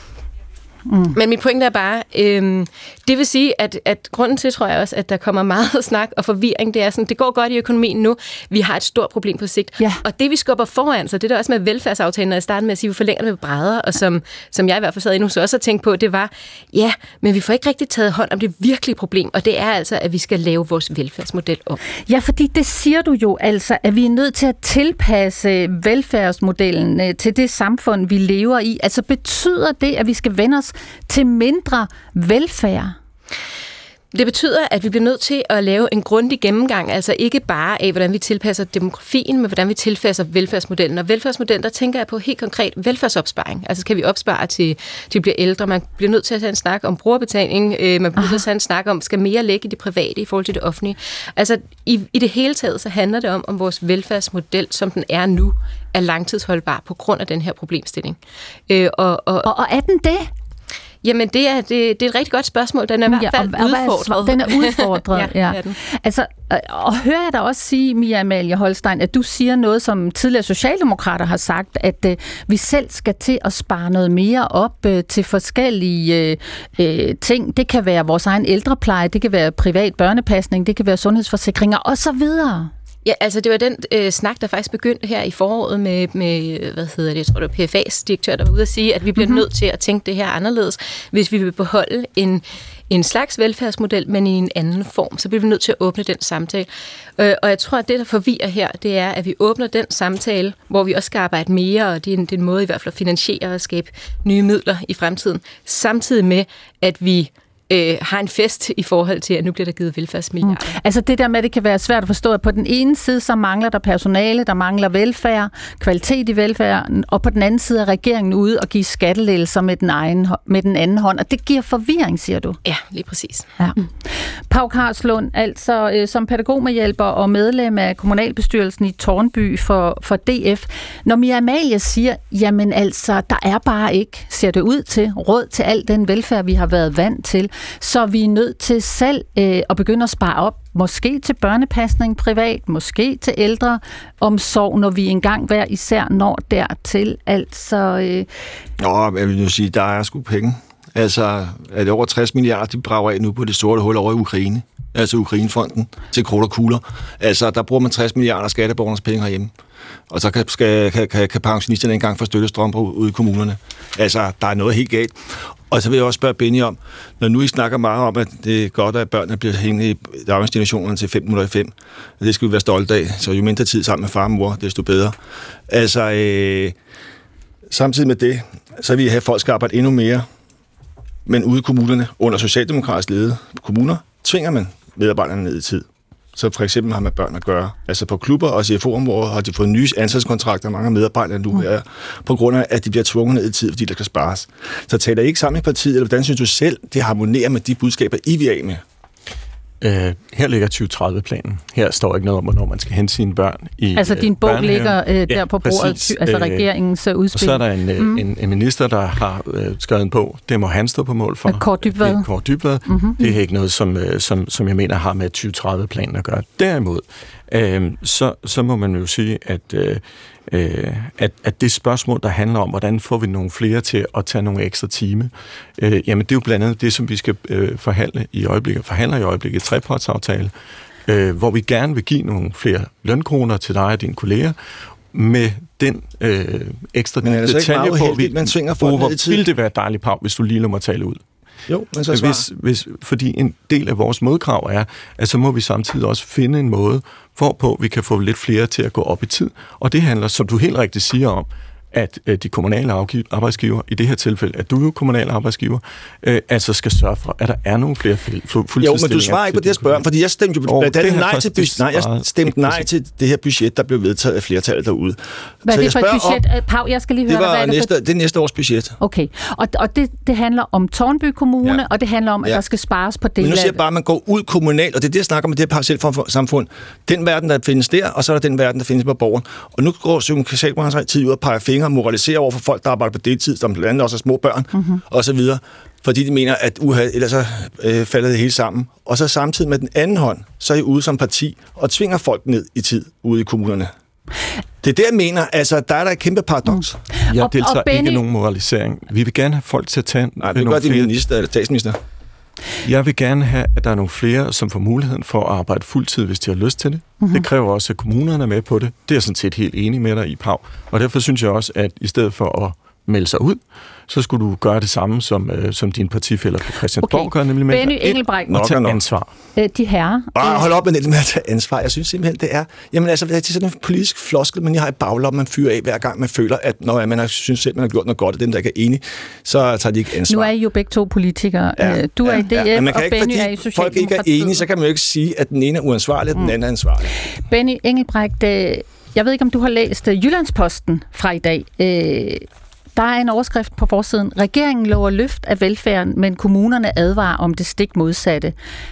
Mm. Men mit pointe er bare, øhm, det vil sige, at, at grunden til, tror jeg også, at der kommer meget snak og forvirring, det er sådan, det går godt i økonomien nu, vi har et stort problem på sigt. Ja. Og det, vi skubber foran sig, det der også med velfærdsaftalen, når jeg startede med at sige, at vi forlænger det med brædder, og som, som jeg i hvert fald sad endnu så også har tænkt på, det var, ja, men vi får ikke rigtig taget hånd om det virkelige problem, og det er altså, at vi skal lave vores velfærdsmodel om. Ja, fordi det siger du jo altså, at vi er nødt til at tilpasse velfærdsmodellen til det samfund, vi lever i. Altså betyder det, at vi skal vende os til mindre velfærd? Det betyder, at vi bliver nødt til at lave en grundig gennemgang, altså ikke bare af, hvordan vi tilpasser demografien, men hvordan vi tilpasser velfærdsmodellen. Og velfærdsmodellen, der tænker jeg på helt konkret velfærdsopsparing. Altså kan vi opspare til, til vi bliver ældre? Man bliver nødt til at have en snak om brugerbetaling. Man bliver nødt til at have en snak om, skal mere lægge i det private i forhold til det offentlige. Altså i, i det hele taget, så handler det om, om vores velfærdsmodel, som den er nu, er langtidsholdbar på grund af den her problemstilling. Øh, og, og, og, og er den det? Jamen, det er, det, det er et rigtig godt spørgsmål. Den er i hvert fald ja, udfordret. Den er udfordret, ja. ja. Altså, og hører jeg dig også sige, Mia Amalie Holstein, at du siger noget, som tidligere socialdemokrater har sagt, at uh, vi selv skal til at spare noget mere op uh, til forskellige uh, ting. Det kan være vores egen ældrepleje, det kan være privat børnepasning, det kan være sundhedsforsikringer osv. Ja, altså det var den øh, snak, der faktisk begyndte her i foråret med, med hvad hedder det, jeg tror det var P F A's direktør, der var ude at sige, at vi bliver mm-hmm. nødt til at tænke det her anderledes, hvis vi vil beholde en, en slags velfærdsmodel, men i en anden form. Så bliver vi nødt til at åbne den samtale. Øh, og jeg tror, at det, der forvirrer her, det er, at vi åbner den samtale, hvor vi også skal arbejde mere, og det er en, det er en måde i hvert fald at finansiere og skabe nye midler i fremtiden, samtidig med, at vi Øh, har en fest i forhold til, at nu bliver der givet velfærdsmilliarder. Mm. Altså det der med, det kan være svært at forstå, at på den ene side, så mangler der personale, der mangler velfærd, kvalitet i velfærden, og på den anden side er regeringen ude og give skattelettelser med den, egen, med den anden hånd, og det giver forvirring, siger du? Ja, lige præcis. Ja. Mm. Pau Karlslund, altså øh, som pædagogmedhjælper og medlem af kommunalbestyrelsen i Tårnby for, for D F. Når Mia Amalie siger, jamen altså, der er bare ikke, ser det ud til, råd til al den velfærd, vi har været vant til, så vi er nødt til selv øh, at begynde at spare op, måske til børnepasning privat, måske til ældre omsorg, når vi engang hver især når dertil. Altså, øh... Nå, jeg vil jo sige, der er sgu penge. Altså, er det over tres milliarder, de brager af nu på det sorte hul over i Ukraine, altså Ukrainefonden, til krudt og kugler. Altså, der bruger man tres milliarder skatteborgernes penge herhjemme. Og så kan, skal, kan, kan, kan pensionisterne engang få støttestrømper ude i kommunerne. Altså, der er noget helt galt. Og så vil jeg også spørge Benny om, når nu I snakker meget om, at det er godt, at børnene bliver hængende i daginstitutionerne til fem minutter i fem, og det skal vi være stolte af, så jo mindre tid sammen med far og mor, desto bedre. Altså, øh, samtidig med det, så vil I have, at folk skal arbejde endnu mere, men ude i kommunerne, under socialdemokratisk ledede kommuner, tvinger man medarbejderne ned i tid. Så for eksempel har man børn at gøre. Altså på klubber og C F O-områder har de fået nye ansatskontrakter, mange medarbejdere nu er, på grund af, at de bliver tvunget ned i tid, fordi der skal spares. Så taler I ikke sammen i partiet, eller hvordan synes du selv, det harmonerer med de budskaber, I vil af med? Øh, her ligger tyve tredive-planen. Her står ikke noget om, hvornår man skal hente sine børn i Altså din bog børnehaven. ligger øh, der ja, på bordet, præcis. Altså regeringens øh, udspil. Og så er der en, mm. en, en minister, der har øh, skrevet en bog. Det må han stå på mål for. Kåre Dybvad. Kåre Dybvad. Mm-hmm. Det er ikke noget, som, øh, som, som jeg mener har med tyve tredive-planen at gøre. Derimod, øh, så, så må man jo sige, at øh, At, at det spørgsmål, der handler om, hvordan får vi nogle flere til at tage nogle ekstra time, øh, jamen det er jo blandt andet det, som vi skal øh, forhandle i øjeblikket, forhandler i øjeblikket et trepartsaftale, øh, hvor vi gerne vil give nogle flere lønkroner til dig og dine kolleger, med den øh, ekstra detalje på, vi, man tvinger folk hvor ville det være dejligt, Pau, hvis du lige lader mig tale ud. Jo, men så hvis, hvis, fordi en del af vores modkrav er, at så må vi samtidig også finde en måde, hvorpå vi kan få lidt flere til at gå op i tid. Og det handler, som du helt rigtigt siger om, at øh, de kommunale arbejdsgiver, i det her tilfælde, at du er jo kommunal arbejdsgiver, øh, altså skal sørge for, at der er nogle flere fuldtidsstillinger. Jo, men du svarer ikke på det, jeg spørger, fordi jeg stemte jo oh, det nej, til budget, nej, jeg stemte nej til det her budget, der blev vedtaget af flertallet derude. Hvad er det for et budget? Om, Pau, jeg skal lige høre det var dig, hvad næste, det, det er næste års budget. Okay, og, og det, det handler om Tårnby Kommune, ja. og det handler om, at ja. der skal spares på dele. Men nu siger jeg bare, at man går ud kommunalt, og det er det, jeg snakker med det her parallelsamfund. Den verden, der findes der, og så er der den verden, der findes på borgeren. Og nu går Socialdemokratiet tid ud og peger fingre og moraliserer over for folk, der arbejder på deltid, som blandt andet også er små børn, mm-hmm. og så videre, fordi de mener, at uha, ellers så øh, falder det hele sammen. Og så samtidig med den anden hånd, så er I ude som parti og tvinger folk ned i tid ude i kommunerne. Det er det, jeg mener. Altså, der er der et kæmpe paradoks. Mm. Jeg deltager og Benny... ikke nogen moralisering. Vi vil gerne have folk til at tage... Nej, vi gør det minister eller statsminister. Jeg vil gerne have, at der er nogle flere, som får muligheden for at arbejde fuldtid, hvis de har lyst til det. Mm-hmm. Det kræver også, at kommunerne er med på det. Det er jeg sådan set helt enig med dig i, Pau. Og derfor synes jeg også, at i stedet for at melde sig ud, så skulle du gøre det samme, som, øh, som dine partifæller på Christiansborg okay. gør, nemlig Benny Engelbrecht og tage ansvar. Øh, de herrer. Bare hold op med det med at tage ansvar. Jeg synes simpelthen, det er... Jamen altså, det er sådan en politisk floskel, man har i baglommen, man fyrer af hver gang, man føler, at når man har, synes selv, man har gjort noget godt, og den, der ikke er enig, så tager de ikke ansvar. Nu er I jo begge to politikere. Ja. Du er i D F, ja. og ikke, Benny er i Socialdemokratiet. Folk ikke er enige, så kan man jo ikke sige, at den ene er uansvarlig, og den anden er ansvarlig. Benny Engelbrecht, jeg ved ikke, om du har læst Jyllandsposten fra i dag. Der er en overskrift på forsiden. Regeringen lover løft af velfærden, men kommunerne advarer om det stik modsatte.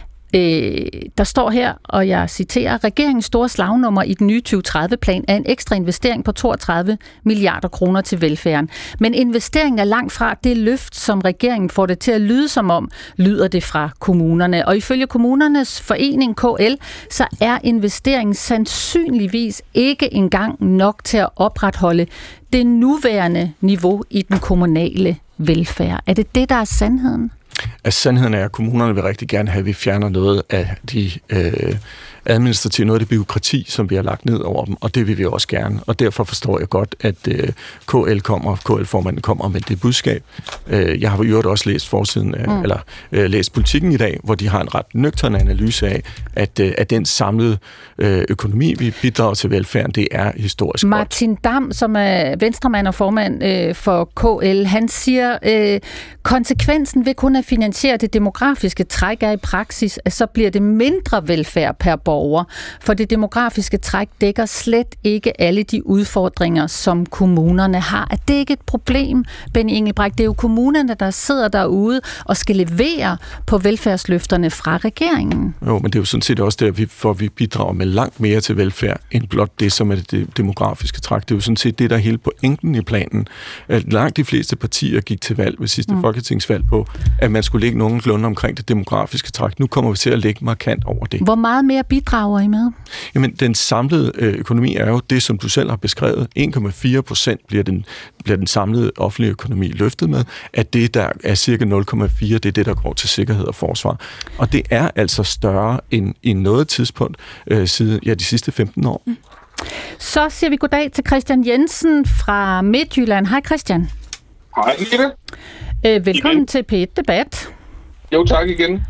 Øh, der står her, og jeg citerer, regeringens store slagnummer i den nye tyve tredive-plan er en ekstra investering på toogtredive milliarder kroner til velfærden. Men investeringen er langt fra det løft, som regeringen får det til at lyde som om, lyder det fra kommunerne. Og ifølge kommunernes forening K L, så er investeringen sandsynligvis ikke engang nok til at opretholde det nuværende niveau i den kommunale velfærd. Er det det, der er sandheden? At sandheden er, at kommunerne vil rigtig gerne have, at vi fjerner noget af de øh, administrative, noget af det byråkrati, som vi har lagt ned over dem, og det vil vi også gerne. Og derfor forstår jeg godt, at øh, K L kommer, K L-formanden kommer med det budskab. Øh, jeg har jo også læst forsiden, af, mm. eller øh, læst Politikken i dag, hvor de har en ret nøgtern analyse af, at, øh, at den samlede øh, økonomi, vi bidrager til velfærden, det er historisk Martin godt. Dam, som er venstremand og formand øh, for K L, han siger, øh, konsekvensen ved kun at finansiere det demografiske træk er i praksis, at så bliver det mindre velfærd per borger, for det demografiske træk dækker slet ikke alle de udfordringer, som kommunerne har. Er det ikke et problem, Benny Engelbrecht? Det er jo kommunerne, der sidder derude og skal levere på velfærdsløfterne fra regeringen. Jo, men det er jo sådan set også der, vi, for vi bidrager med langt mere til velfærd, end blot det, som er det demografiske træk. Det er jo sådan set det, der er hele pointen i planen. At langt de fleste partier gik til valg ved sidste mm. folketingsvalg på, at man skulle lægge nogenlunde omkring det demografiske træk. Nu kommer vi til at lægge markant over det. Hvor meget mere bidrager I med? Jamen, den samlede øh, økonomi er jo det, som du selv har beskrevet. en komma fire procent bliver den, bliver den samlede offentlige økonomi løftet med. At det, der er cirka nul komma fire, det er det, der går til sikkerhed og forsvar. Og det er altså større end i noget tidspunkt øh, siden ja, de sidste femten år. Mm. Så siger vi goddag til Christian Jensen fra Midtjylland. Hej Christian. Hej Gitte. Øh, velkommen igen til P et-debat. Jo, tak igen.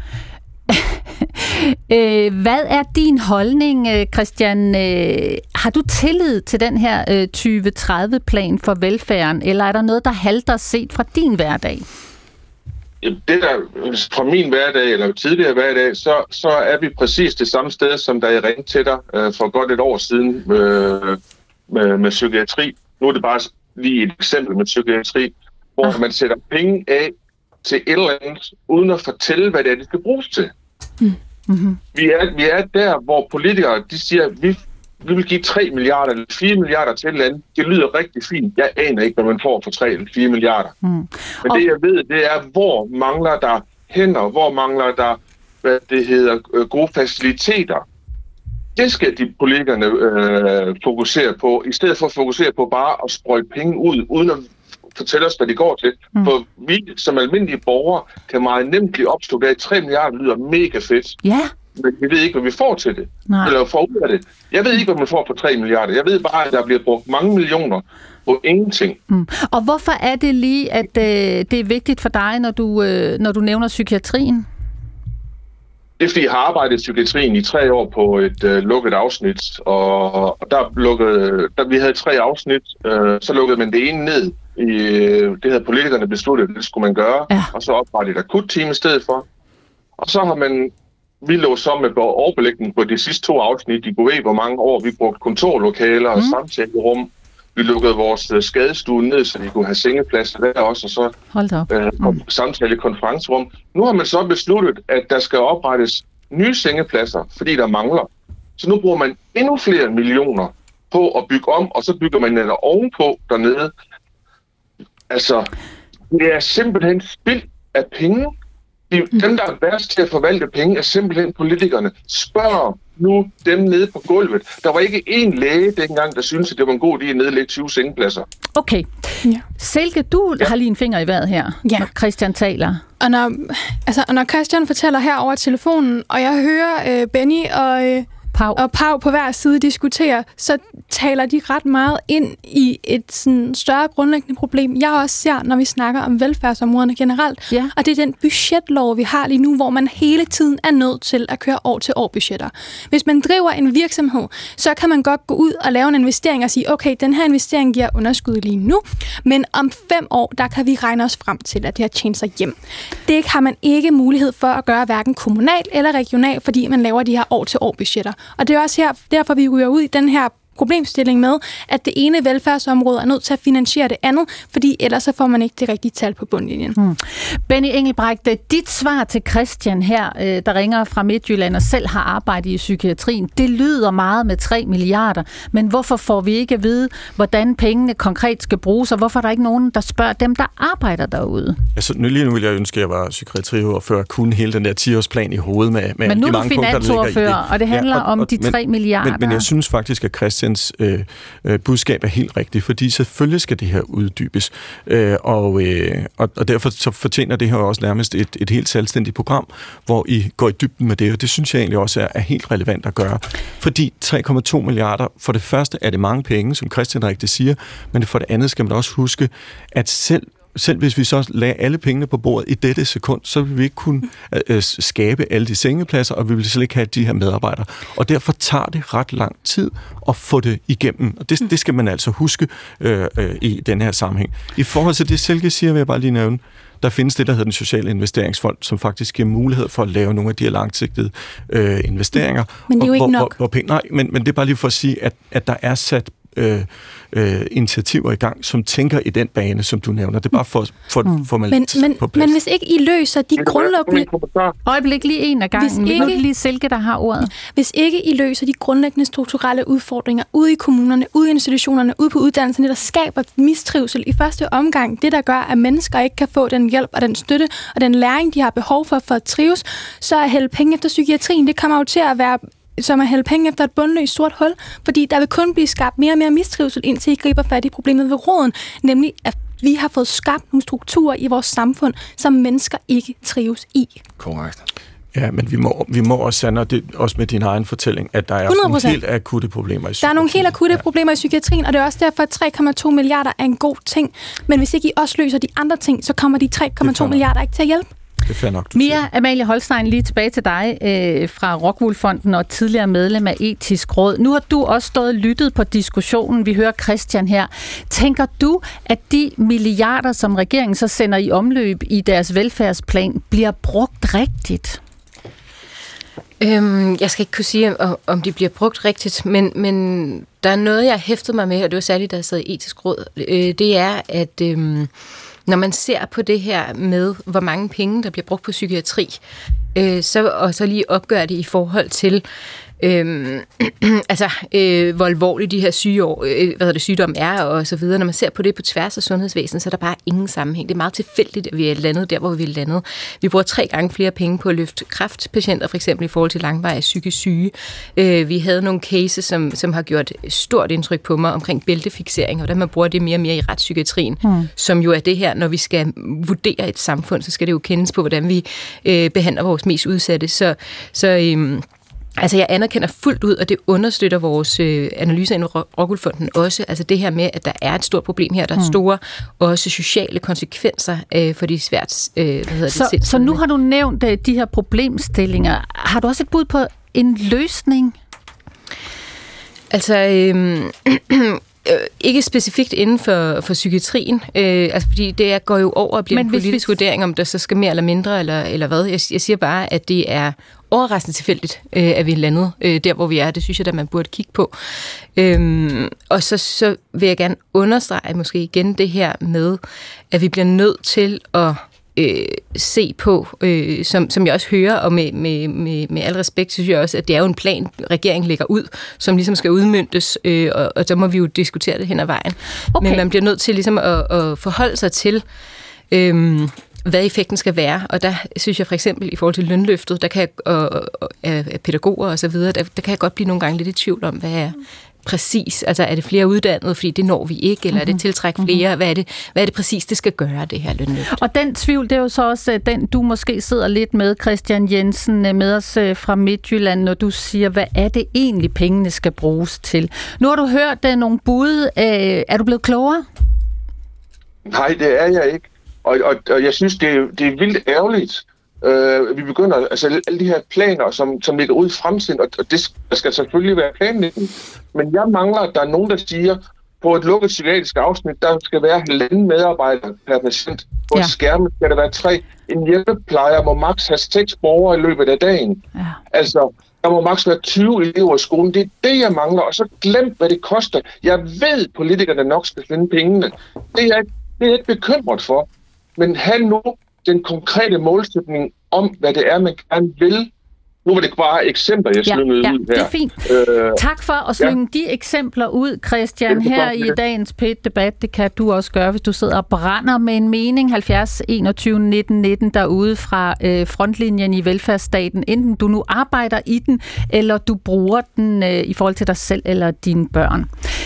Hvad er din holdning, Christian? Har du tillid til den her tyve tredive-plan for velfærden, eller er der noget, der halter set fra din hverdag? Det der fra min hverdag, eller tidligere hverdag, så, så er vi præcis det samme sted, som da jeg ringte til dig øh, for godt et år siden øh, med, med psykiatri. Nu er det bare lige et eksempel med psykiatri, hvor ah. man sætter penge af til et eller andet, uden at fortælle, hvad det er, det skal bruges til. Mm-hmm. Vi, er, vi er der, hvor politikere de siger, at vi, vi vil give tre milliarder eller fire milliarder til et eller andet. Det lyder rigtig fint. Jeg aner ikke, hvad man får for tre eller fire milliarder. Mm. Men og... det, jeg ved, det er, hvor mangler der hænder, hvor mangler der, hvad det hedder, gode faciliteter. Det skal de politikerne øh, fokusere på, i stedet for at fokusere på bare at sprøjte penge ud, uden at fortælle os, hvad det går til. Mm. For vi som almindelige borgere kan meget nemt blive opstået af, at tre milliarder lyder mega fedt. Ja. Yeah. Men vi ved ikke, hvad vi får til det. Nej. Eller får ud af det. Jeg ved ikke, hvad man får for tre milliarder. Jeg ved bare, at der bliver brugt mange millioner på ingenting. Mm. Og hvorfor er det lige, at øh, det er vigtigt for dig, når du, øh, når du nævner psykiatrien? Det er, fordi jeg har arbejdet i psykiatrien i tre år på et øh, lukket afsnit, og, og der lukkede, der, vi havde tre afsnit, øh, så lukkede man det ene ned. I, det havde politikerne besluttet, det skulle man gøre, ja. Og så oprettede et akutteam i stedet for. Og så har man, vi lå så med overbelægning på de sidste to afsnit. I kunne ved, hvor mange år vi brugte kontorlokaler og mm. samtalerum. Vi lukkede vores skadestue ned, så vi kunne have sengepladser der også, og så øh, mm. samtale i konferencerum. Nu har man så besluttet, at der skal oprettes nye sengepladser, fordi der mangler. Så nu bruger man endnu flere millioner på at bygge om, og så bygger man netop ovenpå dernede. Altså, det er simpelthen spild af penge. De, mm. Dem, der er værst til at forvalte penge, er simpelthen politikerne. Spørg nu dem nede på gulvet. Der var ikke én læge dengang, der syntes, at det var en god idé at nedlægge tyve sengepladser. Okay. Ja. Silke, du ja. har lige en finger i vejret her, ja. når Christian taler. Og når, altså, og når Christian fortæller her over telefonen, og jeg hører øh, Benny og... Øh Pau. og Pau på hver side diskuterer, så taler de ret meget ind i et sådan større grundlæggende problem, jeg også ser, når vi snakker om velfærdsområderne generelt. Ja. Og det er den budgetlov, vi har lige nu, hvor man hele tiden er nødt til at køre år til år budgetter. Hvis man driver en virksomhed, så kan man godt gå ud og lave en investering og sige, okay, den her investering giver underskud lige nu, men om fem år, der kan vi regne os frem til, at det har tjent sig hjem. Det har man ikke mulighed for at gøre hverken kommunalt eller regionalt, fordi man laver de her år til år budgetter. Og det er også her, derfor vi ryger ud i den her problemstilling med, at det ene velfærdsområde er nødt til at finansiere det andet, fordi ellers så får man ikke det rigtige tal på bundlinjen. Hmm. Benny Engelbrecht, dit svar til Christian her, der ringer fra Midtjylland og selv har arbejdet i psykiatrien, det lyder meget med tre milliarder, men hvorfor får vi ikke at vide, hvordan pengene konkret skal bruges, og hvorfor er der ikke nogen, der spørger dem, der arbejder derude? Altså, lige nu vil jeg ønske, at jeg var psykiatriordfører, kunne hele den der ti-årsplan i hovedet med, med men nu de er mange du finansordfører, og det handler ja, og, og, om de tre men, milliarder. Men, men jeg synes faktisk, at Christian Øh, øh, budskab er helt rigtigt, fordi selvfølgelig skal det her uddybes, øh, og, øh, og, og derfor så fortjener det her også nærmest et, et helt selvstændigt program, hvor I går i dybden med det, og det synes jeg egentlig også er, er helt relevant at gøre. Fordi tre komma to milliarder, for det første er det mange penge, som Christian rigtigt siger, men for det andet skal man også huske, at selv Selv hvis vi så lagde alle pengene på bordet i dette sekund, så ville vi ikke kunne øh, skabe alle de sengepladser, og vi ville slet ikke have de her medarbejdere. Og derfor tager det ret lang tid at få det igennem. Og det, det skal man altså huske øh, øh, i den her sammenhæng. I forhold til det, Silke siger, vil jeg bare lige nævne, der findes det, der hedder den sociale investeringsfond, som faktisk giver mulighed for at lave nogle af de her langsigtede øh, investeringer. Men det er jo ikke hvor, nok. Hvor, hvor penge, nej, men, men det er bare lige for at sige, at, at der er sat Øh, øh, initiativer i gang, som tænker i den bane, som du nævner. Det er bare for, for, mm. for men, men, på plads. Men hvis ikke I løser de grundlæggende... Øjeblik lige en af gangen. Ikke... Vi lige Silke, der har ordet. Hvis ikke I løser de grundlæggende strukturelle udfordringer ude i kommunerne, ude i institutionerne, ude på uddannelserne, der skaber mistrivsel i første omgang, det der gør, at mennesker ikke kan få den hjælp og den støtte og den læring, de har behov for for at trives, så er hælde penge efter psykiatrien. Det kommer jo til at være som at hælde penge efter et bundløst sort hul, fordi der vil kun blive skabt mere og mere mistrivsel, indtil I griber fat i problemet ved roden, nemlig at vi har fået skabt nogle strukturer i vores samfund, som mennesker ikke trives i. Korrekt. Ja, men vi må, vi må også sande, det også med din egen fortælling, at der er hundrede procent nogle helt akutte problemer i psykiatrien. Der er nogle helt akutte ja. problemer i psykiatrien, og det er også derfor, at tre komma to milliarder er en god ting. Men hvis ikke I også løser de andre ting, så kommer de tre komma to milliarder ikke til at hjælpe. Det er fair nok, Mia Amalie Holstein, lige tilbage til dig øh, fra Rockwool-fonden og tidligere medlem af Etisk Råd. Nu har du også stået og lyttet på diskussionen. Vi hører Christian her. Tænker du, at de milliarder, som regeringen så sender i omløb i deres velfærdsplan, bliver brugt rigtigt? Øhm, jeg skal ikke kunne sige, om, om de bliver brugt rigtigt, men, men der er noget, jeg hæftede mig med, og det var særligt, da jeg sad i Etisk Råd. Øh, det er, at... Øh, Når man ser på det her med, hvor mange penge, der bliver brugt på psykiatri, øh, så, og så lige opgør det i forhold til, øh, altså, øh, hvor alvorligt de her syge år, øh, hvad hedder det, sygdom er, og så videre. Når man ser på det på tværs af sundhedsvæsenet, så er der bare ingen sammenhæng. Det er meget tilfældigt, at vi er landet der, hvor vi er landet. Vi bruger tre gange flere penge på at løfte kræftpatienter, for eksempel i forhold til langvarige psykisk syge. Øh, vi havde nogle cases, som, som har gjort stort indtryk på mig omkring bæltefiksering, og hvordan man bruger det mere og mere i retspsykiatrien, mm. som jo er det her, når vi skal vurdere et samfund, så skal det jo kendes på, hvordan vi øh, behandler vores mest udsatte. Så, så øh, Altså, jeg anerkender fuldt ud, og det understøtter vores øh, analyser inden Rockwool Fonden også. Altså det her med, at der er et stort problem her. Der er mm. store også sociale konsekvenser øh, for de svært... Øh, hvad hedder så, det, så nu har du nævnt øh, de her problemstillinger. Har du også et bud på en løsning? Altså... Øh, Øh, ikke specifikt inden for, for psykiatrien, øh, altså fordi det går jo over og bliver Men en politisk vi... vurdering, om der så skal mere eller mindre, eller, eller hvad. Jeg, jeg siger bare, at det er overraskende tilfældigt, øh, at vi er landet øh, der, hvor vi er. Det synes jeg, at man burde kigge på. Øhm, og så, så vil jeg gerne understrege måske igen det her med, at vi bliver nødt til at Øh, se på, øh, som, som jeg også hører, og med, med, med, med al respekt, synes jeg også, at det er jo en plan, regeringen lægger ud, som ligesom skal udmøntes, øh, og, og så må vi jo diskutere det hen ad vejen. Okay. Men man bliver nødt til ligesom at, at forholde sig til, øh, hvad effekten skal være, og der synes jeg for eksempel i forhold til lønløftet, der kan jeg, og, og, og pædagoger og så videre, der, der kan jeg godt blive nogle gange lidt i tvivl om, hvad er præcis, altså er det flere uddannede, fordi det når vi ikke, eller mm-hmm. er det tiltræk flere, hvad er det, hvad er det præcis, det skal gøre, det her lønløft? Og den tvivl, det er jo så også den, du måske sidder lidt med, Christian Jensen, med os fra Midtjylland, når du siger, hvad er det egentlig, pengene skal bruges til? Nu har du hørt nogle bud. Er du blevet klogere? Nej, det er jeg ikke. Og, og, og jeg synes, det er, det er vildt ærgerligt. Uh, vi begynder, altså alle de her planer, som, som ligger ud i fremtiden, og, og det skal, skal selvfølgelig være planlægning. Men jeg mangler, at der er nogen, der siger, på et lukket psykiatrisk afsnit, der skal være halvanden medarbejder per patient. På ja. et skærme skal der være tre. En hjælpeplejer må maks have seks borgere i løbet af dagen. Ja. Altså, der må maks være tyve elever i skolen. Det er det, jeg mangler. Og så glem, hvad det koster. Jeg ved, politikerne nok skal finde pengene. Det er, det er jeg ikke bekymret for. Men have nu den konkrete målsætning om, hvad det er, man gerne vil. Nu var det bare eksempler, jeg slyngede ja, ja, ud her. Det er fint. Øh, tak for at slynge ja. de eksempler ud, Christian, her i dagens P et-debat. Det kan du også gøre, hvis du sidder og brænder med en mening. halvfjerds enogtyve nitten nitten derude fra øh, frontlinjen i velfærdsstaten. Enten du nu arbejder i den, eller du bruger den øh, i forhold til dig selv eller dine børn.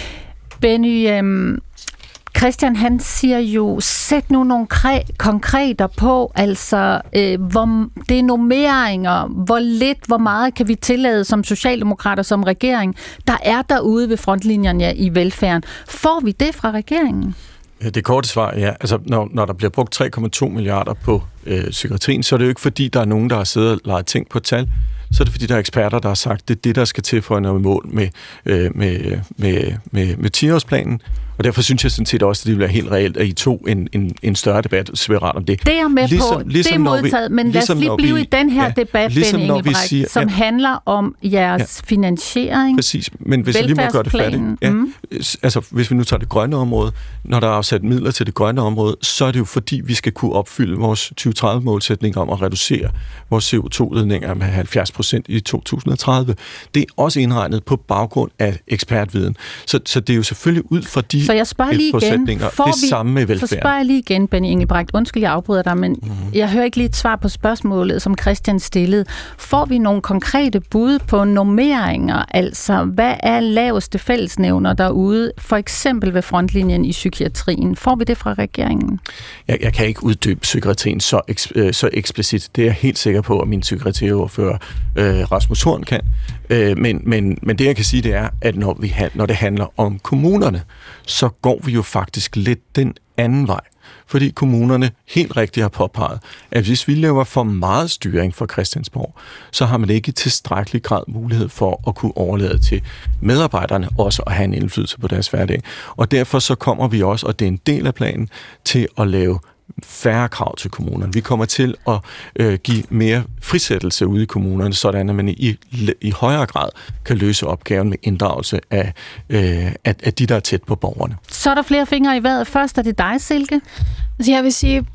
Benny, øh, Christian, han siger jo, sæt nu nogle kre- konkreter på, altså øh, hvor det er normeringer, hvor lidt, hvor meget kan vi tillade som socialdemokrater, som regering, der er derude ved frontlinjerne i velfærden. Får vi det fra regeringen? Ja, det korte svar, ja. Altså, når, når der bliver brugt tre komma to milliarder på øh, psykiatrien, så er det jo ikke fordi, der er nogen, der har siddet og leget ting på et tal. Så er det fordi, der er eksperter, der har sagt, det er det, der skal til for at nå i mål med, øh, med, med, med, med ti-årsplanen. Og derfor synes jeg sådan set også, at det vil være helt reelt, at I tog en, en, en større debat separat om det. Det er med ligesom, på, ligesom det er modtaget, men ligesom lad os lige blive vi, i den her ja, debat, ligesom Ben Engelbrecht, siger, som ja, handler om jeres ja, finansiering. Præcis, men hvis jeg lige må gøre det færdigt. Ja, mm. Altså, hvis vi nu tager det grønne område, når der er afsat midler til det grønne område, så er det jo fordi, vi skal kunne opfylde vores tyve tredive-målsætning om at reducere vores C O to udledninger med halvfjerds procent i to tusind og tredive. Det er også indregnet på baggrund af ekspertviden. Så, så det er jo selvfølgelig ud fra de Så jeg spørger lige igen, får det vi, samme med velfærd. Så spørger jeg lige igen, Benny Engelbrecht. Undskyld, jeg afbryder dig, men mm. jeg hører ikke lige et svar på spørgsmålet, som Christian stillede. Får vi nogle konkrete bud på normeringer? Altså, hvad er laveste fællesnævner derude, for eksempel ved frontlinjen i psykiatrien? Får vi det fra regeringen? Jeg, jeg kan ikke uddybe psykiatrien så, øh, så eksplicit. Det er jeg helt sikker på, at min psykiatriordfører øh, Rasmus Horn kan. Øh, men, men, men det, jeg kan sige, det er, at når, vi, når det handler om kommunerne, så går vi jo faktisk lidt den anden vej. Fordi kommunerne helt rigtigt har påpeget, at hvis vi laver for meget styring fra Christiansborg, så har man ikke i tilstrækkelig grad mulighed for at kunne overlade til medarbejderne også at have en indflydelse på deres hverdag. Og derfor så kommer vi også, og det er en del af planen, til at lave færre krav til kommunerne. Vi kommer til at øh, give mere frisættelse ude i kommunerne, sådan at man i, i højere grad kan løse opgaven med inddragelse af, øh, af, af de, der er tæt på borgerne. Så er der flere fingre i vejret. Først er det dig, Silke. Altså jeg vil sige,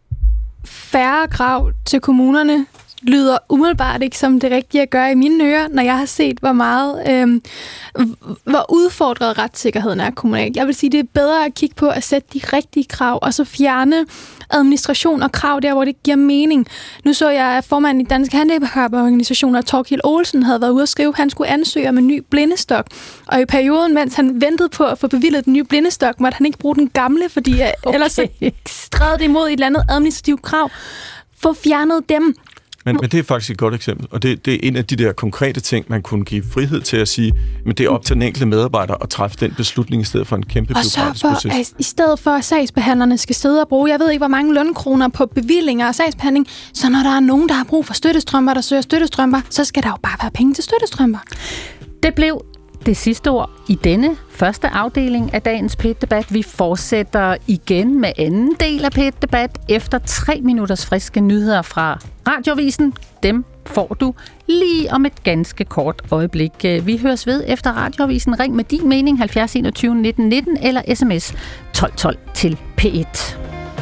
færre krav til kommunerne lyder umiddelbart ikke som det rigtige at gøre i mine ører, når jeg har set, hvor meget, øh, hvor udfordret retssikkerheden er kommunalt. Jeg vil sige, det er bedre at kigge på at sætte de rigtige krav, og så fjerne administration og krav der, hvor det giver mening. Nu så jeg, at formanden i Danske Handicaporganisationer, Torkild Olsen, havde været ude at skrive, at han skulle ansøge om en ny blindestok. Og i perioden, mens han ventede på at få bevilget den nye blindestok, måtte han ikke bruge den gamle, fordi okay. ellers så stræd det imod et eller andet administrativt krav. Få fjernet dem. Men, men det er faktisk et godt eksempel, og det, det er en af de der konkrete ting, man kunne give frihed til at sige, men det er op til den enkelte medarbejder at træffe den beslutning i stedet for en kæmpe bureaukratisk proces. Og så i stedet for, at sagsbehandlerne skal sidde og bruge, jeg ved ikke, hvor mange lønkroner på bevillinger og sagsbehandling, så når der er nogen, der har brug for støttestrømper, der søger støttestrømper, så skal der jo bare være penge til støttestrømper. Det blev det sidste ord i denne første afdeling af dagens P et-debat. Vi fortsætter igen med anden del af P et-debat efter tre minutters friske nyheder fra Radioavisen. Dem får du lige om et ganske kort øjeblik. Vi høres ved efter Radioavisen. Ring med din mening halvfjerds enogtyve nitten nitten eller sms tolv tolv til P et.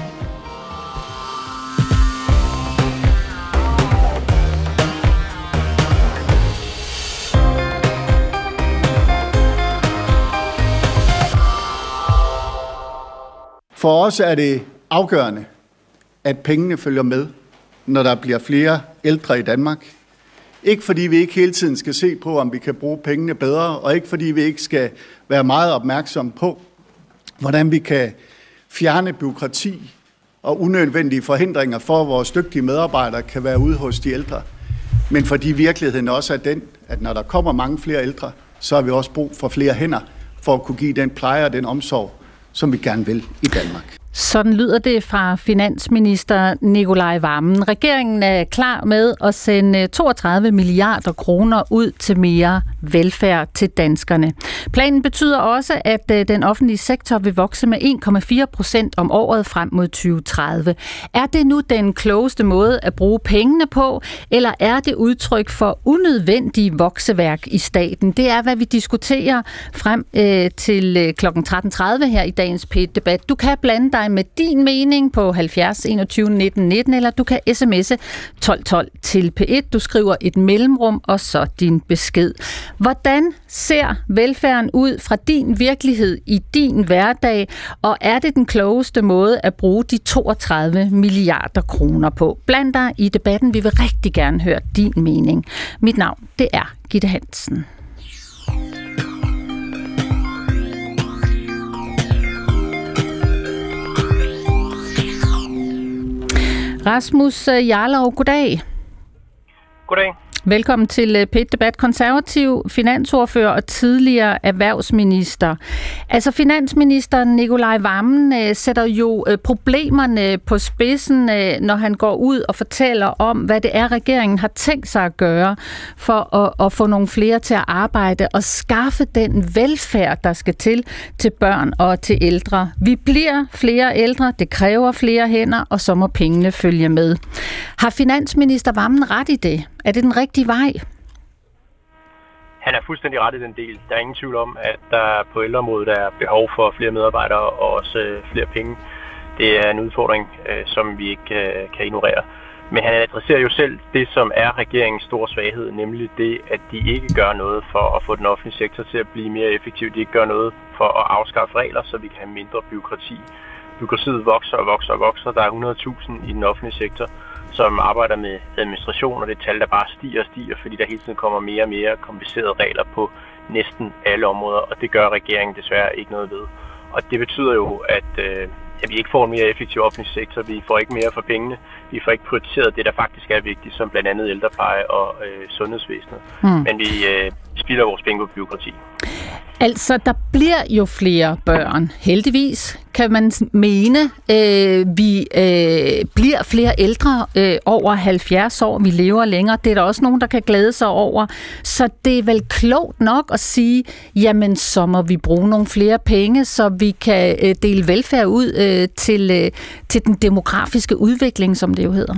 For os er det afgørende, at pengene følger med, når der bliver flere ældre i Danmark. Ikke fordi vi ikke hele tiden skal se på, om vi kan bruge pengene bedre, og ikke fordi vi ikke skal være meget opmærksomme på, hvordan vi kan fjerne bureaukrati og unødvendige forhindringer for, at vores dygtige medarbejdere kan være ude hos de ældre. Men fordi virkeligheden også er den, at når der kommer mange flere ældre, så har vi også brug for flere hænder for at kunne give den pleje og den omsorg, som vi gerne vil i Danmark. Sådan lyder det fra finansminister Nicolai Wammen. Regeringen er klar med at sende toogtredive milliarder kroner ud til mere velfærd til danskerne. Planen betyder også, at den offentlige sektor vil vokse med en komma fire procent om året frem mod tyve tredive. Er det nu den klogeste måde at bruge pengene på, eller er det udtryk for unødvendig vokseværk i staten? Det er, hvad vi diskuterer frem øh, til klokken tretten tredive her i dagens P et-debat. Du kan blande dig med din mening på halvfjerds enogtyve nitten nitten, eller du kan sms'e tolv tolv til P et. Du skriver et mellemrum og så din besked. Hvordan ser velfærden ud fra din virkelighed i din hverdag, og er det den klogeste måde at bruge de toogtredive milliarder kroner på? Bland dig i debatten. Vi vil rigtig gerne høre din mening. Mit navn, det er Gitte Hansen. Rasmus Jarlov, goddag. Goddag. Velkommen til P et-debat. Konservativ finansordfører og tidligere erhvervsminister. Altså finansministeren Nicolai Wammen sætter jo problemerne på spidsen, når han går ud og fortæller om, hvad det er, regeringen har tænkt sig at gøre for at, at få nogle flere til at arbejde og skaffe den velfærd, der skal til til børn og til ældre. Vi bliver flere ældre, det kræver flere hænder, og så må pengene følge med. Har finansminister Wammen ret i det? Er det den rigtige vej? Han er fuldstændig ret i den del. Der er ingen tvivl om, at der på ældreområdet er behov for flere medarbejdere og også flere penge. Det er en udfordring, som vi ikke kan ignorere. Men han adresserer jo selv det, som er regeringens store svaghed, nemlig det, at de ikke gør noget for at få den offentlige sektor til at blive mere effektiv. De ikke gør noget for at afskaffe regler, så vi kan have mindre bureaukrati. Bureaukratiet vokser og vokser og vokser. Der er hundrede tusind i den offentlige sektor, som arbejder med administration, og det tal, der bare stiger og stiger, fordi der hele tiden kommer mere og mere komplicerede regler på næsten alle områder, og det gør regeringen desværre ikke noget ved. Og det betyder jo, at, øh, at vi ikke får en mere effektiv offentlig sektor, vi får ikke mere for pengene, vi får ikke prioriteret det, der faktisk er vigtigt, som blandt andet ældrepleje og øh, sundhedsvæsenet, mm. men vi øh, spilder vores penge på bureaukrati. Altså, der bliver jo flere børn. Heldigvis kan man mene, øh, vi øh, bliver flere ældre øh, over halvfjerds år. Vi lever længere. Det er der også nogen, der kan glæde sig over. Så det er vel klogt nok at sige, jamen så må vi bruge nogle flere penge, så vi kan øh, dele velfærd ud øh, til, øh, til den demografiske udvikling, som det jo hedder.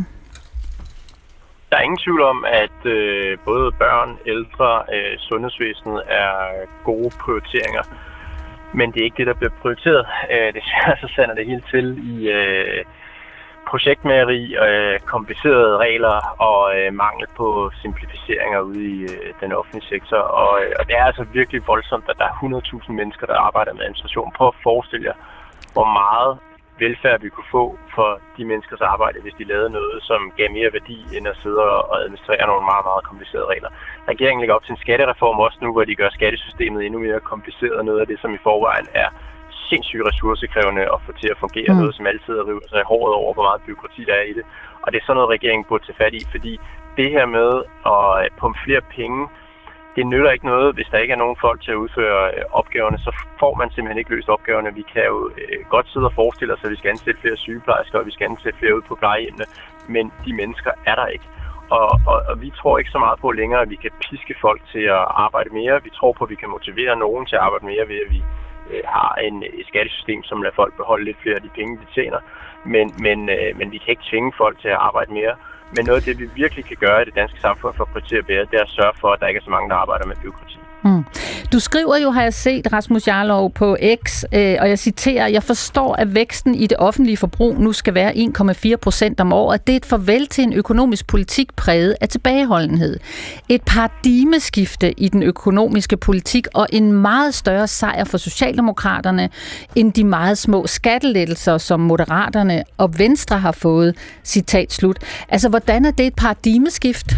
Der er ingen tvivl om, at øh, både børn, ældre, øh, sundhedsvæsenet er gode prioriteringer. Men det er ikke det, der bliver prioriteret. Øh, desværre så sander det hele til i øh, projektmageri, øh, komplicerede regler og øh, mangel på simplificeringer ude i øh, den offentlige sektor. Og, øh, og det er altså virkelig voldsomt, at der er hundrede tusind mennesker, der arbejder med administration. Prøv at forestille jer, hvor meget velfærd vi kunne få for de menneskers arbejde, hvis de lavede noget, som gav mere værdi, end at sidde og administrere nogle meget, meget komplicerede regler. Regeringen lægger op til en skattereform også nu, hvor de gør skattesystemet endnu mere kompliceret. Noget af det, som i forvejen er sindssygt ressourcekrævende at få til at fungere. Mm. Noget, som altid river sig i håret over, hvor meget byråkrati der er i det. Og det er sådan noget, regeringen burde tage fat i, fordi det her med at pumpe flere penge, det nytter ikke noget, hvis der ikke er nogen folk til at udføre opgaverne, så får man simpelthen ikke løst opgaverne. Vi kan jo godt sidde og forestille os, at vi skal ansætte flere sygeplejersker, og vi skal ansætte flere ud på plejehjemmene, men de mennesker er der ikke. Og, og, og vi tror ikke så meget på længere, at vi kan piske folk til at arbejde mere. Vi tror på, at vi kan motivere nogen til at arbejde mere ved, at vi øh, har en, et skattesystem, som lader folk beholde lidt flere af de penge, de tjener. Men, men, øh, men vi kan ikke tvinge folk til at arbejde mere. Men noget af det, vi virkelig kan gøre i det danske samfund for at prioritere bedre, det er at sørge for, at der ikke er så mange, der arbejder med bureaukrati. Mm. Du skriver jo, har jeg set, Rasmus Jarlov, på X, øh, og jeg citerer, jeg forstår, at væksten i det offentlige forbrug nu skal være en komma fire procent om året. Det er et farvel til en økonomisk politik præget af tilbageholdenhed. Et paradigmeskifte i den økonomiske politik og en meget større sejr for Socialdemokraterne end de meget små skattelettelser, som Moderaterne og Venstre har fået. Citat slut. Altså, hvordan er det et paradigmeskift?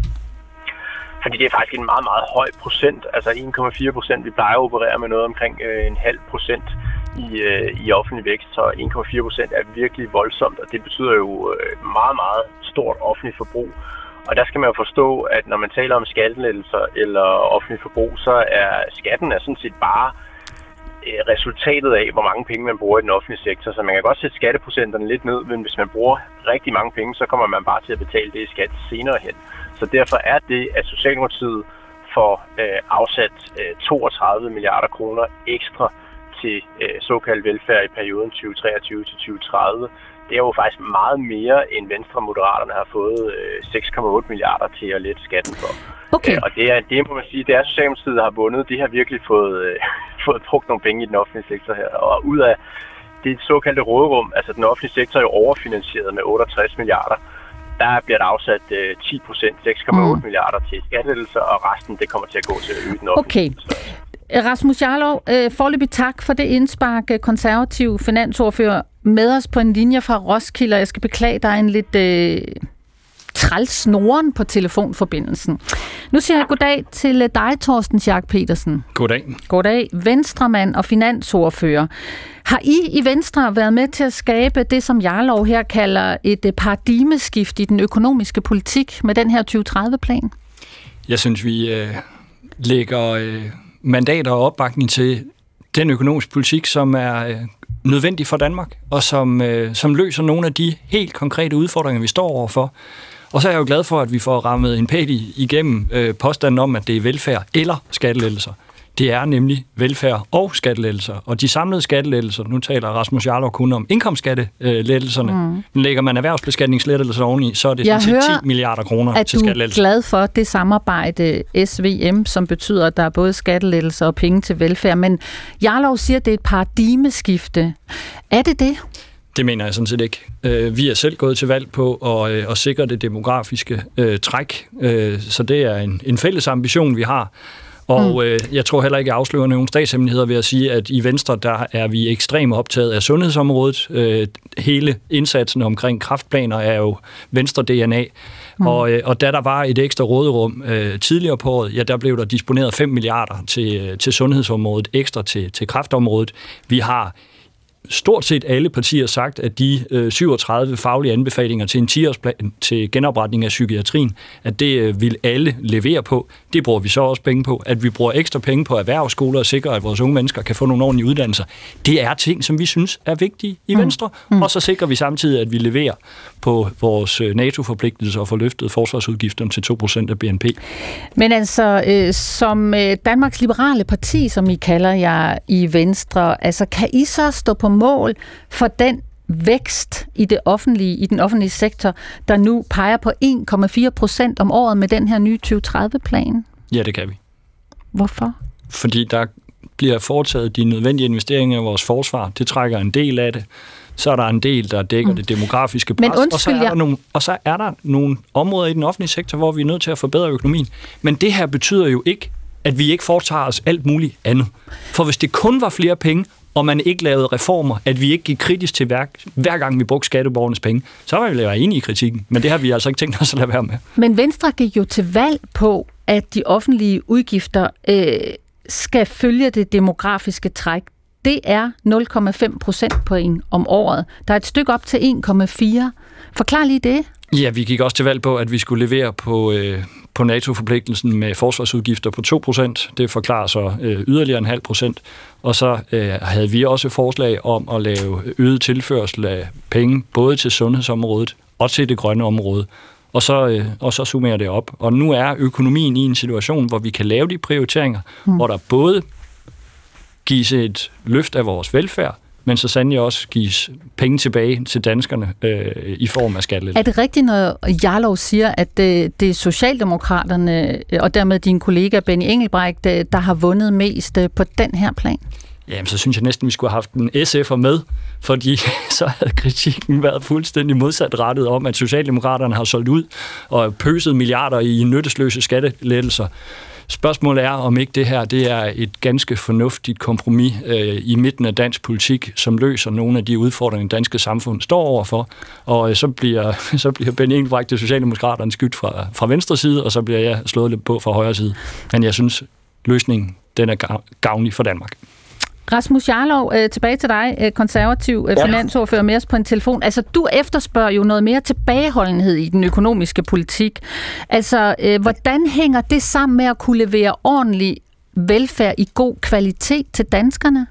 Fordi det er faktisk en meget, meget høj procent, altså en komma fire procent. Vi plejer at operere med noget omkring øh, en halv procent i, øh, i offentlig vækst, så en komma fire procent er virkelig voldsomt, og det betyder jo øh, meget, meget stort offentligt forbrug. Og der skal man jo forstå, at når man taler om skattelettelser eller offentligt forbrug, så er skatten er sådan set bare øh, resultatet af, hvor mange penge man bruger i den offentlige sektor. Så man kan godt sætte skatteprocenterne lidt ned, men hvis man bruger rigtig mange penge, så kommer man bare til at betale det i skat senere hen. Så derfor er det, at Socialdemokratiet får øh, afsat øh, toogtredive milliarder kroner ekstra til øh, såkaldt velfærd i perioden tyve treogtyve til tyve tredive. Det er jo faktisk meget mere, end Venstre og Moderaterne har fået øh, seks komma otte milliarder til at lette skatten for. Okay. Øh, og det er, det må man sige, det er Socialdemokratiet, der har vundet. De har virkelig fået, øh, fået brugt nogle penge i den offentlige sektor her. Og ud af det såkaldte råderum, altså den offentlige sektor er jo overfinansieret med otteogtres milliarder. Der bliver der afsat øh, ti procent, seks komma otte mm. milliarder til skattelettelser, og resten det kommer til at gå til at øge den offentlige. Okay. Rasmus Jarlov, øh, foreløbig tak for det indspark, konservativ finansordfører med os på en linje fra Roskilde. Jeg skal beklage, der er en lidt øh, træls snoren på telefonforbindelsen. Nu siger jeg goddag til dig, Torsten Schack Petersen. Goddag. Goddag. Venstremand og finansordfører. Har I i Venstre været med til at skabe det, som Jarlov her kalder et paradigmeskift i den økonomiske politik med den her tyve tredive-plan? Jeg synes, vi øh, lægger øh, mandater og opbakning til den økonomiske politik, som er øh, nødvendig for Danmark, og som, øh, som løser nogle af de helt konkrete udfordringer, vi står overfor. Og så er jeg jo glad for, at vi får rammet en pæl igennem øh, påstanden om, at det er velfærd eller skattelettelser. Det er nemlig velfærd og skattelettelser. Og de samlede skattelettelser, nu taler Rasmus Jarlov kun om indkomstskattelettelserne, mm. men lægger man erhvervsbeskatningslettelser oveni, så er det sådan set ti milliarder kroner til skattelettelser. Jeg hører, at du er glad for det samarbejde S V M, som betyder, at der er både skattelettelser og penge til velfærd. Men Jarlov siger, at det er et paradigmeskifte. Er det det? Det mener jeg sådan set ikke. Vi er selv gået til valg på at, at sikre det demografiske øh, træk, så det er en, en fælles ambition, vi har. Og mm. øh, jeg tror heller ikke, jeg afslører nogen statshemmeligheder ved at sige, at i Venstre, der er vi ekstremt optaget af sundhedsområdet. Øh, hele indsatsen omkring kræftplaner er jo Venstre D N A. Mm. Og, øh, og da der var et ekstra råderum øh, tidligere på året, ja, der blev der disponeret fem milliarder til, til sundhedsområdet, ekstra til, til kræftområdet. Vi har stort set alle partier sagt, at de øh, syvogtredive faglige anbefalinger til en ti-årsplan til genopretning af psykiatrien, at det øh, vil alle levere på. Det bruger vi så også penge på. At vi bruger ekstra penge på erhvervsskoler og sikrer, at vores unge mennesker kan få nogle ordentlige uddannelser. Det er ting, som vi synes er vigtige i Venstre. Mm. Mm. Og så sikrer vi samtidig, at vi leverer på vores NATO-forpligtelser og får løftet forsvarsudgifterne til to procent af B N P. Men altså, øh, som øh, Danmarks Liberale Parti, som I kalder jer i Venstre, altså kan I så stå på mål for den vækst i det offentlige, i den offentlige sektor, der nu peger på en komma fire procent om året med den her nye tyve tredive-plan? Ja, det kan vi. Hvorfor? Fordi der bliver foretaget de nødvendige investeringer i vores forsvar. Det trækker en del af det. Så er der en del, der dækker mm. det demografiske pres. Men undskyld, og, så er der nogle, og så er der nogle områder i den offentlige sektor, hvor vi er nødt til at forbedre økonomien. Men det her betyder jo ikke, at vi ikke foretager os alt muligt andet. For hvis det kun var flere penge, og man ikke lavede reformer, at vi ikke gik kritisk til værk, hver gang vi brugte skatteborgernes penge, så var vi være enige i kritikken. Men det har vi altså ikke tænkt os at lade være med. Men Venstre gik jo til valg på, at de offentlige udgifter øh, skal følge det demografiske træk. det er nul komma fem procentpoint om året. Der er et stykke op til en komma fire. Forklar lige det. Ja, vi gik også til valg på, at vi skulle levere på, øh, på NATO-forpligtelsen med forsvarsudgifter på to procent. Det forklarer så øh, yderligere en halv procent. Og så øh, havde vi også forslag om at lave øget tilførsel af penge, både til sundhedsområdet og til det grønne område. Og så, øh, og så summerer det op. Og nu er økonomien i en situation, hvor vi kan lave de prioriteringer, mm. hvor der både gives et løft af vores velfærd, men så sandelig også gives penge tilbage til danskerne øh, i form af skattelettelser. Er det rigtigt, når Jarlov siger, at det, det er Socialdemokraterne og dermed din kollega Benny Engelbrecht, der har vundet mest på den her plan? Jamen, så synes jeg næsten, vi skulle have haft en S F'er med, fordi så havde kritikken været fuldstændig modsat rettet om, at Socialdemokraterne har solgt ud og pøset milliarder i nyttesløse skattelettelser. Spørgsmålet er, om ikke det her det er et ganske fornuftigt kompromis øh, i midten af dansk politik, som løser nogle af de udfordringer, danske samfund står overfor. Og øh, så bliver, så bliver Benny Engelbrecht til Socialdemokraterne skydt fra, fra venstre side, og så bliver jeg slået lidt på fra højre side. Men jeg synes, løsningen den er gavnlig for Danmark. Rasmus Jarlov, tilbage til dig, konservativ ja. finansordfører med os på en telefon. Altså, du efterspørger jo noget mere tilbageholdenhed i den økonomiske politik. Altså, hvordan hænger det sammen med at kunne levere ordentlig velfærd i god kvalitet til danskerne?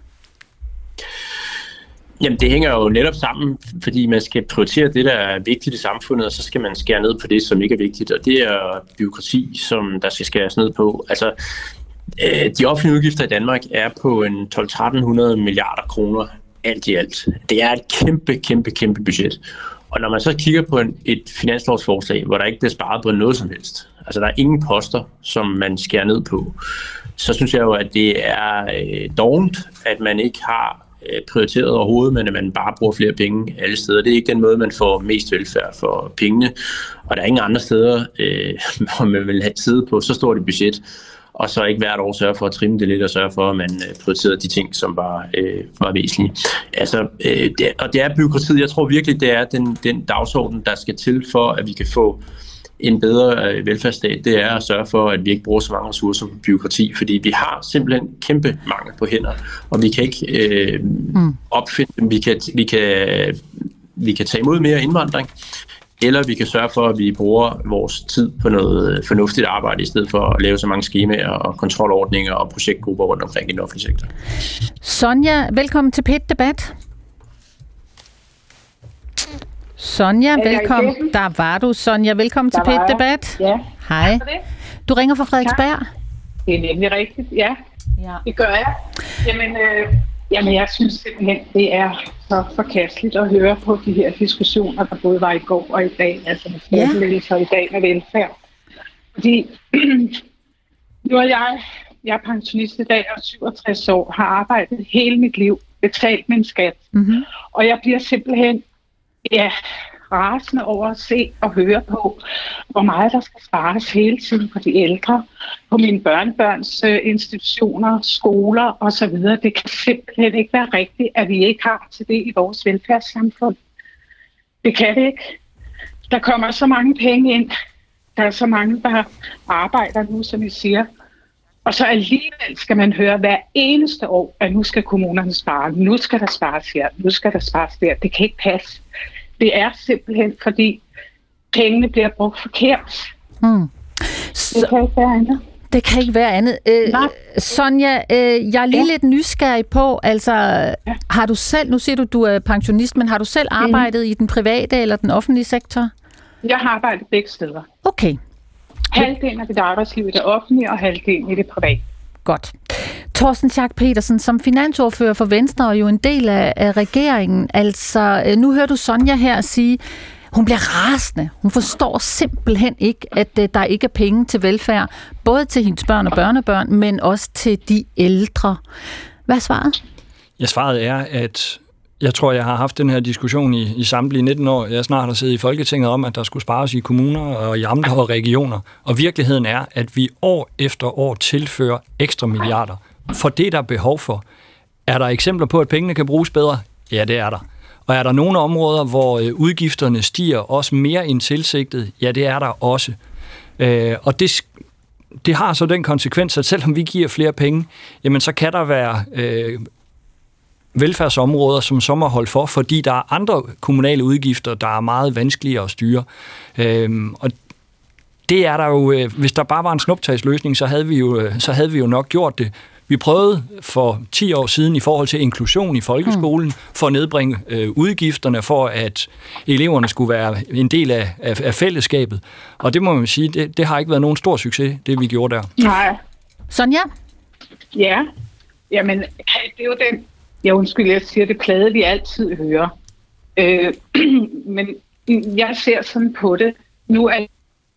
Jamen, det hænger jo netop sammen, fordi man skal prioritere det, der er vigtigt i samfundet, og så skal man skære ned på det, som ikke er vigtigt, og det er bureaukrati, som der skal skæres ned på. Altså, de offentlige udgifter i Danmark er på en tolv til tretten hundrede milliarder kroner alt i alt. Det er et kæmpe, kæmpe, kæmpe budget. Og når man så kigger på en, et finanslovsforslag, hvor der ikke bliver sparet på noget som helst, altså der er ingen poster, som man skærer ned på, så synes jeg jo, at det er øh, dovent, at man ikke har øh, prioriteret overhovedet, men at man bare bruger flere penge alle steder. Det er ikke den måde, man får mest velfærd for pengene. Og der er ingen andre steder, øh, hvor man vil have tid på så stort et budget, og så ikke hvert år sørge for at trimme det lidt, og sørge for, at man prioriterede de ting, som var, øh, var væsentlige. Altså, øh, det, og det er bureaukratiet. Jeg tror virkelig, det er den, den dagsorden, der skal til for, at vi kan få en bedre øh, velfærdsstat. Det er at sørge for, at vi ikke bruger så mange ressourcer på bureaukrati, fordi vi har simpelthen kæmpe mangel på hænder, og vi kan ikke øh, mm. opfinde dem. Vi kan, vi, kan, vi kan tage imod mere indvandring, eller vi kan sørge for, at vi bruger vores tid på noget fornuftigt arbejde, i stedet for at lave så mange skemaer og kontrolordninger og projektgrupper rundt omkring i den offentlige sektor. Sonja, velkommen til P et Debat. Sonja, velkommen. Der var du, Sonja. Velkommen Der til P et Debat. Ja. Hej. Du ringer fra Frederiksberg. Ja. Det er nemlig rigtigt, ja. ja. Det gør jeg. Jamen, øh, jamen, jeg synes simpelthen, det er så forkasteligt at høre på de her diskussioner, der både var i går og i dag, altså med skattelettelser i dag med velfærd. Fordi nu er jeg, jeg er pensionist i dag og syvogtres år, har arbejdet hele mit liv, betalt min skat, mm-hmm. og jeg bliver simpelthen ja, rasende over at se og høre på, hvor meget der skal spares hele tiden på de ældre, på mine børnebørns øh, institutioner, skoler osv. Det kan simpelthen ikke være rigtigt, at vi ikke har til det i vores velfærdssamfund. Det kan det ikke. Der kommer så mange penge ind. Der er så mange, der arbejder nu, som I siger. Og så alligevel skal man høre hver eneste år, at nu skal kommunerne spare. Nu skal der spares her. Nu skal der spares der. Det kan ikke passe. Det er simpelthen, fordi pengene bliver brugt forkert. Hmm. Så, det kan ikke være andet. Det kan ikke være andet. Øh, Sonja, øh, jeg er lige ja. lidt nysgerrig på, altså ja. har du selv, nu siger du, du er pensionist, men har du selv arbejdet mm. i den private eller den offentlige sektor? Jeg har arbejdet begge steder. Okay. Halvdelen af dit arbejdsliv i det offentlige, og halvdelen i det private. Godt. Torsten Schack Petersen, som finansordfører for Venstre og jo en del af, af regeringen, altså nu hører du Sonja her sige, hun bliver rasende. Hun forstår simpelthen ikke, at uh, der ikke er penge til velfærd, både til hendes børn og børnebørn, men også til de ældre. Hvad er svaret? Ja, svaret er, at jeg tror, jeg har haft den her diskussion i, i samtlige nitten år. Jeg snart har siddet i Folketinget om, at der skulle spares i kommuner og i amter og regioner. Og virkeligheden er, at vi år efter år tilfører ekstra milliarder. For det, der er behov for. Er der eksempler på, at pengene kan bruges bedre? Ja, det er der. Og er der nogle områder, hvor udgifterne stiger også mere end tilsigtet? Ja, det er der også. Øh, og det, det har så den konsekvens, at selvom vi giver flere penge, jamen så kan der være øh, velfærdsområder, som så må holde for, fordi der er andre kommunale udgifter, der er meget vanskelige at styre. Øhm, og det er der jo, hvis der bare var en snuptagsløsning, så havde vi jo, så havde vi jo nok gjort det. Vi prøvede for ti år siden i forhold til inklusion i folkeskolen, mm. for at nedbringe øh, udgifterne, for at eleverne skulle være en del af, af, af fællesskabet. Og det må man sige, det, det har ikke været nogen stor succes, det vi gjorde der. Nej. Sonja? Ja, jamen det er jo den, jeg undskyld, jeg siger det plade, vi altid hører. Øh, men jeg ser sådan på det. Nu er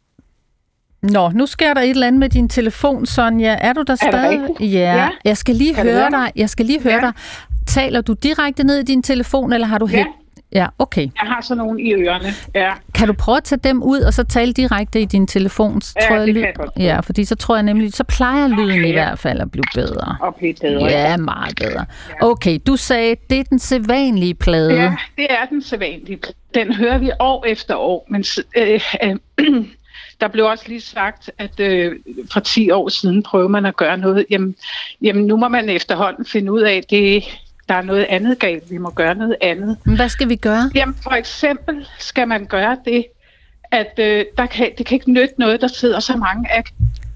Nå, nu sker der et eller andet med din telefon, Sonja. Er du der stadig? Ja. ja. Jeg skal lige kan høre dig. Jeg skal lige høre ja. dig. Taler du direkte ned i din telefon, eller har du ja. helt... Ja, okay. Jeg har sådan nogle i ørerne. Ja. Kan du prøve at tage dem ud, og så tale direkte i din telefon? Ja, tror jeg, det lyd... kan jeg godt. Ja, fordi så tror jeg nemlig, så plejer lyden okay. i hvert fald at blive bedre. Og blive bedre. Ja, meget bedre. Okay, du sagde, det er den sædvanlige plade. Ja, det er den sædvanlige. Den hører vi år efter år, men... Øh, øh, der blev også lige sagt, at øh, for ti år siden prøver man at gøre noget. Jamen, jamen nu må man efterhånden finde ud af, at det, der er noget andet galt. Vi må gøre noget andet. Men hvad skal vi gøre? Jamen for eksempel skal man gøre det, at øh, der kan, det kan ikke nytte noget, der sidder så mange af.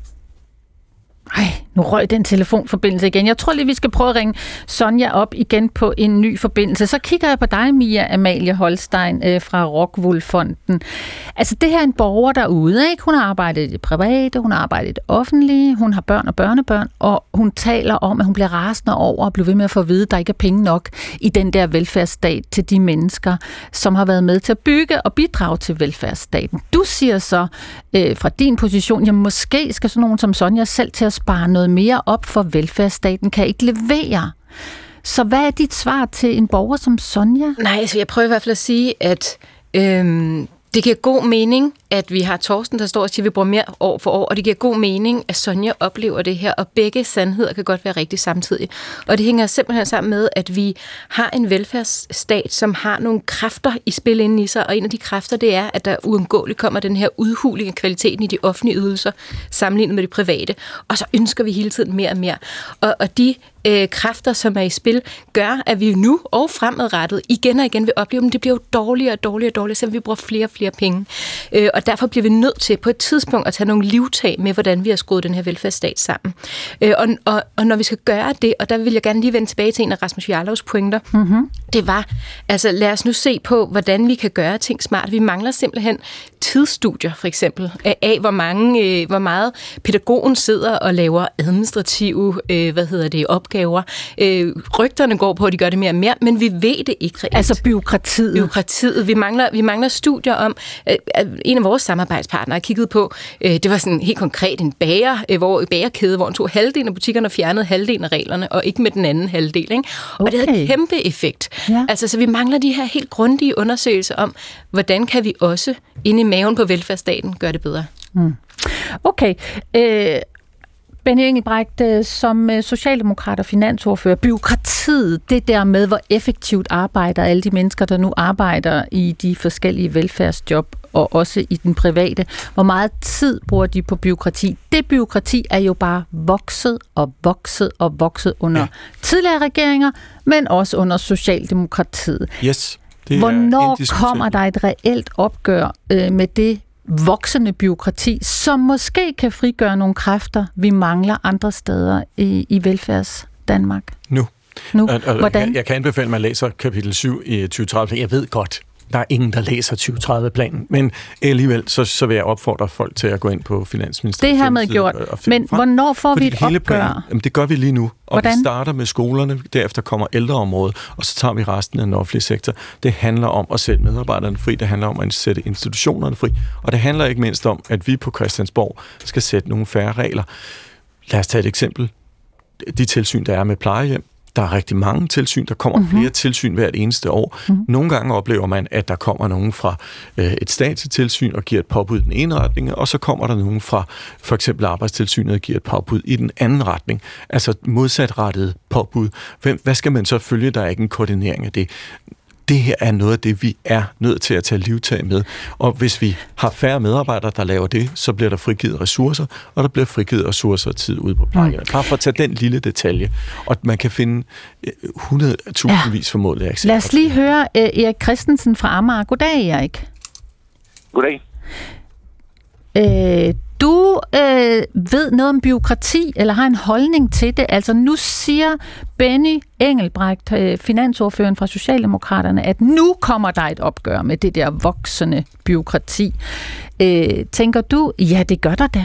Ej, nu røg den telefonforbindelse igen. Jeg tror lige, vi skal prøve at ringe Sonja op igen på en ny forbindelse. Så kigger jeg på dig, Mia Amalie Holstein øh, fra Rockwool-fonden. Altså, det her er en borger derude, ikke? Hun har arbejdet i det private, hun har arbejdet i det offentlige, hun har børn og børnebørn, og hun taler om, at hun bliver rasende over at blive ved med at få at vide, at der ikke er penge nok i den der velfærdsstat til de mennesker, som har været med til at bygge og bidrage til velfærdsstaten. Du siger så øh, fra din position, jamen måske skal sådan nogen som Sonja selv til at spare noget mere op, for velfærdsstaten kan ikke levere. Så hvad er dit svar til en borger som Sonja? Nej, altså jeg prøver i hvert fald at sige, at øhm, det giver god mening, at vi har Torsten, der står og siger, at vi bruger mere år for år, og det giver god mening, at Sonja oplever det her, og begge sandheder kan godt være rigtig samtidig. Og det hænger simpelthen sammen med, at vi har en velfærdsstat, som har nogle kræfter i spil inde i sig, og en af de kræfter, det er, at der uundgåeligt kommer den her udhuling af kvaliteten i de offentlige ydelser, sammenlignet med de private, og så ønsker vi hele tiden mere og mere. Og, og de øh, kræfter, som er i spil, gør, at vi nu og fremadrettet igen og igen vil opleve, at det bliver jo dårligere og dårligere og dårligere, selvom vi bruger flere og flere penge. Øh, og derfor bliver vi nødt til på et tidspunkt at tage nogle livtag med, hvordan vi har skruet den her velfærdsstat sammen. Øh, og, og, og når vi skal gøre det, og der vil jeg gerne lige vende tilbage til en af Rasmus Jarlovs pointer, mm-hmm. det var, altså lad os nu se på, hvordan vi kan gøre ting smart. Vi mangler simpelthen tidsstudier, for eksempel, af hvor, mange, øh, hvor meget pædagogen sidder og laver administrative øh, hvad hedder det, opgaver. Øh, rygterne går på, at de gør det mere og mere, men vi ved det ikke reelt. Altså byråkratiet. Byråkratiet. Vi mangler, vi mangler studier om, øh, en af vores samarbejdspartnere kiggede på, øh, det var sådan helt konkret en bager, øh, hvor, bagerkæde, hvor han tog halvdelen af butikkerne og fjernede halvdelen af reglerne, og ikke med den anden halvdel. Ikke? Og okay. Det havde kæmpe effekt. Ja. Altså, så vi mangler de her helt grundige undersøgelser om, hvordan kan vi også inde i maven på velfærdsstaten gøre det bedre. Mm. Okay. Øh, Benny Engelbrecht, som socialdemokrat og finansordfører, byråkratiet, det der med, hvor effektivt arbejder alle de mennesker, der nu arbejder i de forskellige velfærdsjob, og også i den private, hvor meget tid bruger de på byråkrati. Det byråkrati er jo bare vokset og vokset og vokset under ja. tidligere regeringer, men også under Socialdemokratiet. Yes, Hvornår kommer der et reelt opgør øh, med det voksende byråkrati, som måske kan frigøre nogle kræfter, vi mangler andre steder i, i velfærds Danmark? Nu. nu. Og, og, Hvordan? Jeg, jeg kan anbefale, at man læser kapitel syv i tyve tredive. Jeg ved godt, der er ingen, der læser tyve tredive-planen, men alligevel så, så vil jeg opfordre folk til at gå ind på Finansministeriet. Det har man gjort, men frem. Hvornår får Fordi vi et opgør? Planen, jamen det gør vi lige nu, og Hvordan? vi starter med skolerne, derefter kommer ældreområdet, og så tager vi resten af den offentlige sektor. Det handler om at sætte medarbejderne fri, det handler om at sætte institutionerne fri, og det handler ikke mindst om, at vi på Christiansborg skal sætte nogle færre regler. Lad os tage et eksempel. De tilsyn, der er med plejehjem. Der er rigtig mange tilsyn. Der kommer mm-hmm. flere tilsyn hvert eneste år. Mm-hmm. Nogle gange oplever man, at der kommer nogen fra øh, et statsligt tilsyn og giver et påbud i den ene retning, og så kommer der nogen fra for eksempel Arbejdstilsynet og giver et påbud i den anden retning. Altså modsatrettet påbud. Hvem, hvad skal man så følge? Der er ikke en koordinering af det. det her er noget af det, vi er nødt til at tage livtag med. Og hvis vi har færre medarbejdere, der laver det, så bliver der frigivet ressourcer, og der bliver frigivet ressourcer og tid ude på plejehjemmene. Bare for at tage den lille detalje. Og man kan finde hundredtusindvis ja. formodentlig eksempler. Lad os lige høre uh, Erik Christensen fra Amager. Goddag, Erik. Goddag. Øh, du øh, ved noget om bureaukrati, eller har en holdning til det. Altså nu siger Benny Engelbrecht, øh, finansordføreren fra Socialdemokraterne, at nu kommer der et opgør med det der voksende bureaukrati. Øh, tænker du, ja, det gør der da?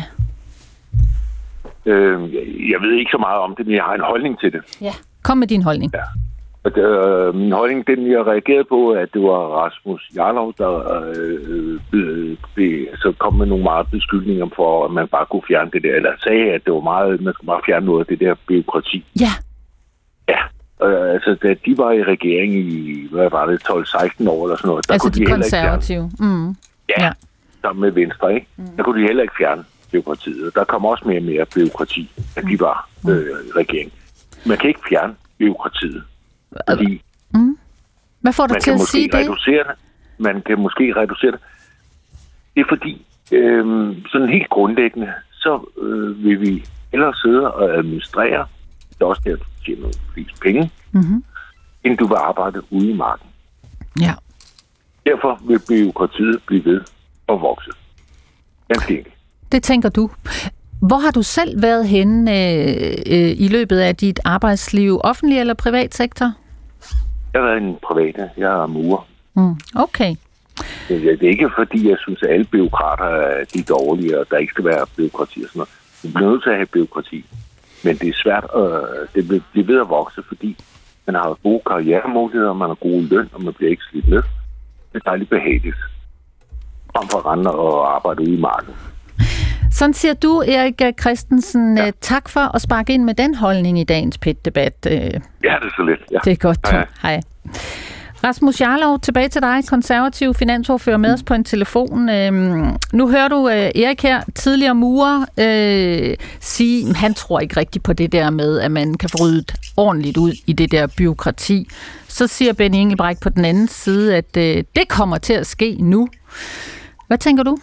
Øh, jeg ved ikke så meget om det, men jeg har en holdning til det. Ja, kom med din holdning. Ja. Og øh, min holdning, den jeg reagerede på, at det var Rasmus Jarlov, der øh, øh, øh, så kom med nogle meget beskyldninger for, at man bare kunne fjerne det der, eller sagde, at det var meget, man skulle bare fjerne noget af det der bureaukrati. Ja. Ja, øh, altså da de var i regering i, hvad var det, tolv seksten år eller sådan noget, der altså kunne de, de heller ikke konservative. fjerne. Mm. Ja, ja, sammen med Venstre, ikke? Mm. Der kunne de heller ikke fjerne bureaukratiet. Der kom også mere og mere bureaukrati, da de var øh, i regering. Man kan ikke fjerne bureaukratiet. Fordi mm. Hvad får du til at sige det? Reducere det? Man kan måske reducere det. Det er fordi, øh, sådan helt grundlæggende, så øh, vil vi hellere sidde og administrere, det er også der, du tjener nogle flest penge, mm-hmm. end du vil arbejde ude i marken. Ja. Derfor vil bureaukratiet blive ved at vokse. Ganske enkelt. Det tænker du. Hvor har du selv været henne øh, øh, i løbet af dit arbejdsliv? Offentlig eller privat sektor? Jeg har været en private. Jeg er murer. Mm, okay. Det er ikke fordi, jeg synes, at alle bureaukrater er de dårlige, og der ikke skal være bureaukrati og sådan noget. Vi bliver nødt til at have bureaukrati. Men det er svært, at det bliver ved at vokse, fordi man har gode karrieremuligheder, man har gode løn, og man bliver ikke slidt ned. Det er dejligt behageligt. Frem for at rende og arbejde ude i marken. Sådan siger du, Erik Christensen. Ja. Tak for at sparke ind med den holdning i dagens P E T-debat. Ja, det er så lidt. Ja. Det er godt. Hej. Hej. Rasmus Jarlov, tilbage til dig, konservativ finansordfører med os på en telefon. Øhm, nu hører du øh, Erik her, tidligere murer, øh, sige, han tror ikke rigtigt på det der med, at man kan få ryddet ordentligt ud i det der bureaukrati. Så siger Benny Engelbrecht på den anden side, at øh, det kommer til at ske nu. Hvad tænker du?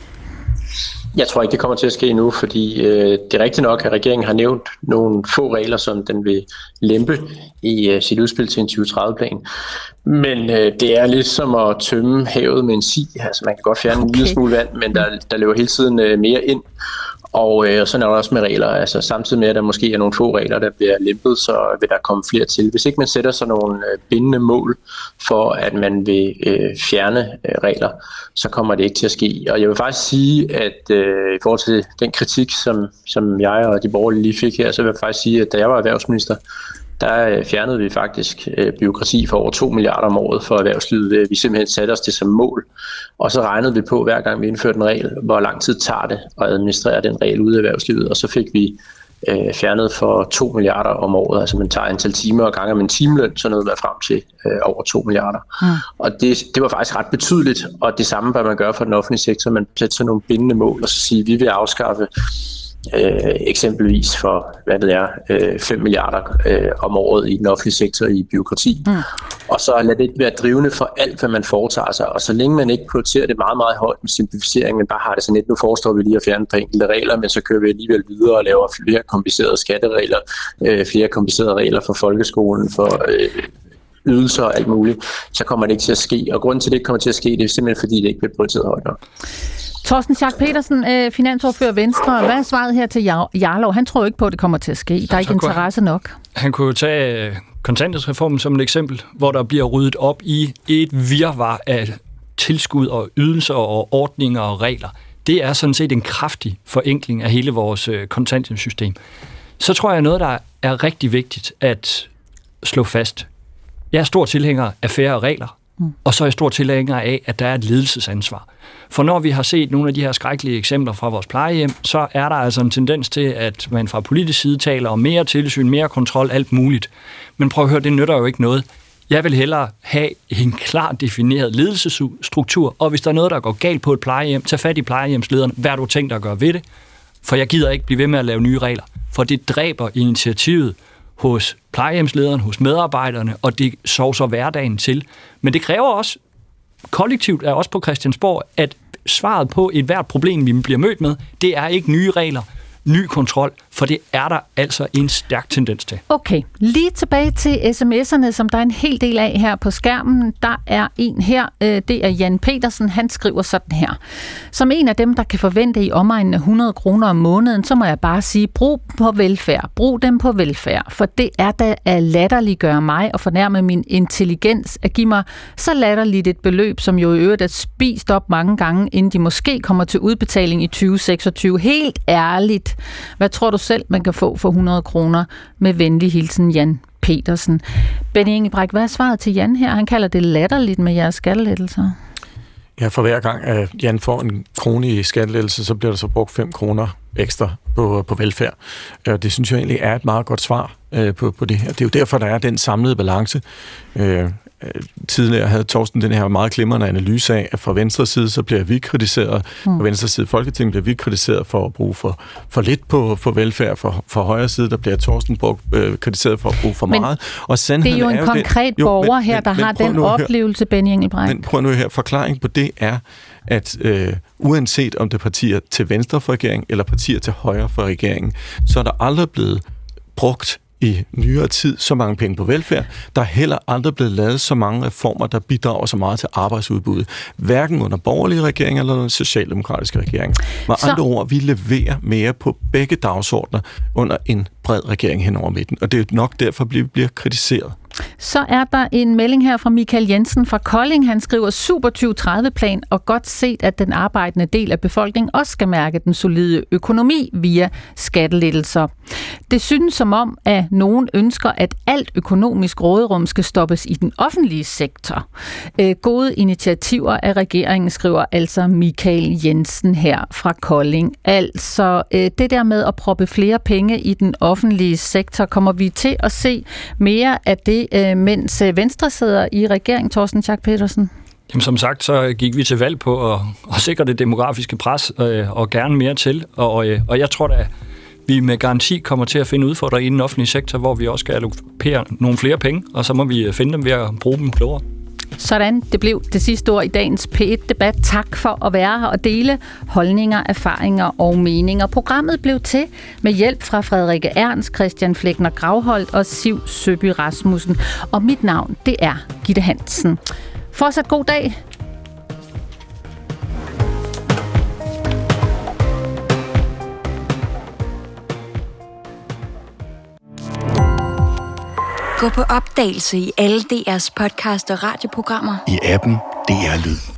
Jeg tror ikke, det kommer til at ske nu, fordi øh, det er rigtigt nok, at regeringen har nævnt nogle få regler, som den vil lempe i øh, sit udspil til en tyve tredive-plan. Men øh, det er lidt som at tømme havet med en si. Altså man kan godt fjerne okay. en lille smule vand, men der, der løber hele tiden øh, mere ind. Og øh, sådan er der også med regler. Altså samtidig med, at der måske er nogle få regler, der bliver lempet, så vil der komme flere til. Hvis ikke man sætter sig nogle øh, bindende mål for, at man vil øh, fjerne øh, regler, så kommer det ikke til at ske. Og jeg vil faktisk sige, at øh, i forhold til den kritik, som, som jeg og de borgerlige lige fik her, så vil jeg faktisk sige, at da jeg var erhvervsminister, der fjernede vi faktisk øh, byråkrati for over to milliarder om året for erhvervslivet. Vi simpelthen satte os det som mål, og så regnede vi på, hver gang vi indførte en regel, hvor lang tid tager det at administrere den regel ude af erhvervslivet, og så fik vi øh, fjernet for to milliarder om året. Altså man tager antal timer og ganger med en timeløn, så nåede man frem til øh, over to milliarder. Mm. Og det, det var faktisk ret betydeligt, og det samme bør man gøre for den offentlige sektor. Man sætter sig nogle bindende mål, og så sige, at vi vil afskaffe Øh, eksempelvis for, hvad det er, øh, fem milliarder øh, om året i den offentlige sektor i bureaukrati. Mm. Og så lad det være drivende for alt, hvad man foretager sig. Og så længe man ikke prioriterer det meget, meget højt med simplificering, men bare har det sådan lidt, nu forestår vi lige at fjerne på enkelte regler, men så kører vi alligevel videre og laver flere komplicerede skatteregler, øh, flere komplicerede regler for folkeskolen, for øh, ydelser og alt muligt, så kommer det ikke til at ske. Og grunden til, at det ikke kommer til at ske, det er simpelthen, fordi det ikke bliver prioriteret højt nok. Torsten Schack Petersen, finansordfører Venstre. Hvad er svaret her til Jarlov? Han tror jo ikke på, at det kommer til at ske. Der er ikke interesse nok. Han kunne jo tage kontanthjælpsreformen som et eksempel, hvor der bliver ryddet op i et virvar af tilskud og ydelser og ordninger og regler. Det er sådan set en kraftig forenkling af hele vores kontanthjælpssystem. Så tror jeg noget, der er rigtig vigtigt at slå fast. Jeg er stor tilhænger af færre regler, mm. og så er jeg stor tilhænger af, at der er et ledelsesansvar. For når vi har set nogle af de her skrækkelige eksempler fra vores plejehjem, så er der altså en tendens til, at man fra politisk side taler om mere tilsyn, mere kontrol, alt muligt. Men prøv at høre, det nytter jo ikke noget. Jeg vil hellere have en klart defineret ledelsesstruktur, og hvis der er noget, der går galt på et plejehjem, tag fat i plejehjemslederen. Hvad har du tænkt dig at gøre ved det? For jeg gider ikke blive ved med at lave nye regler, for det dræber initiativet hos plejehjemslederen, hos medarbejderne, og det sovser hverdagen til. Men det kræver også kollektivt af os på Christiansborg, at svaret på et hvert problem, vi bliver mødt med, det er ikke nye regler, ny kontrol, for det er der altså en stærk tendens til. Okay, lige tilbage til sms'erne, som der er en hel del af her på skærmen. Der er en her, det er Jan Petersen, han skriver sådan her. Som en af dem, der kan forvente i omegnen af hundrede kroner om måneden, så må jeg bare sige, brug på velfærd, brug dem på velfærd, for det er da at latterliggøre mig og fornærme min intelligens at give mig så latterligt et beløb, som jo i øvrigt er spist op mange gange, inden de måske kommer til udbetaling i tyve seksogtyve. Helt ærligt. Hvad tror du selv, man kan få for hundrede kroner? Med venlig hilsen, Jan Petersen. Benny Engelbrecht, hvad er svaret til Jan her? Han kalder det latterligt med jeres skattelettelser. Ja, for hver gang, at Jan får en krone i skattelettelse, så bliver der så brugt fem kroner ekstra på, på velfærd. Det synes jeg egentlig er et meget godt svar på, på det her. Det er jo derfor, der er den samlede balance. Tidligere havde Torsten den her meget glimrende analyse af, at fra venstre side, så bliver vi kritiseret, mm. fra venstre side Folketinget bliver vi kritiseret for at bruge for, for lidt på for velfærd, for, for højre side, der bliver Torsten brugt, øh, kritiseret for at bruge for men meget. Og det er jo en er konkret jo den, borger jo, men, her, der men, har men den oplevelse, Benny Engelbrecht. Men prøv nu her, forklaring på det er, at øh, uanset om det er partier til venstre for regeringen, eller partier til højre for regeringen, så er der aldrig blevet brugt i nyere tid så mange penge på velfærd. Der er heller aldrig blevet lavet så mange reformer, der bidrager så meget til arbejdsudbuddet. Hverken under borgerlige regeringer eller under socialdemokratiske regeringer. Med så... andre ord, vi leverer mere på begge dagsordner under en bred regering hen over midten. Og det er nok derfor, vi bliver kritiseret. Så er der en melding her fra Michael Jensen fra Kolding. Han skriver super tyve tredive-plan og godt set, at den arbejdende del af befolkningen også skal mærke den solide økonomi via skattelettelser. Det synes som om, at nogen ønsker, at alt økonomisk råderum skal stoppes i den offentlige sektor. Øh, gode initiativer af regeringen, skriver altså Michael Jensen her fra Kolding. Altså øh, det der med at proppe flere penge i den offentlige sektor, kommer vi til at se mere af det, mens Venstre sidder i regeringen, Torsten Schack Pedersen? Jamen, som sagt, så gik vi til valg på at, at sikre det demografiske pres øh, og gerne mere til. Og, øh, og jeg tror da, vi med garanti kommer til at finde udfordringer i den offentlige sektor, hvor vi også skal allokere nogle flere penge, og så må vi finde dem ved at bruge dem klogere. Sådan, det blev det sidste ord i dagens P et-debat. Tak for at være her og dele holdninger, erfaringer og meninger. Programmet blev til med hjælp fra Frederikke Ernst, Christian Flækner Gravholdt og Siv Søby Rasmussen. Og mit navn, det er Gitte Hansen. Fortsat god dag. Gå på opdagelse i alle D R's podcast og radioprogrammer. I appen D R Lyd.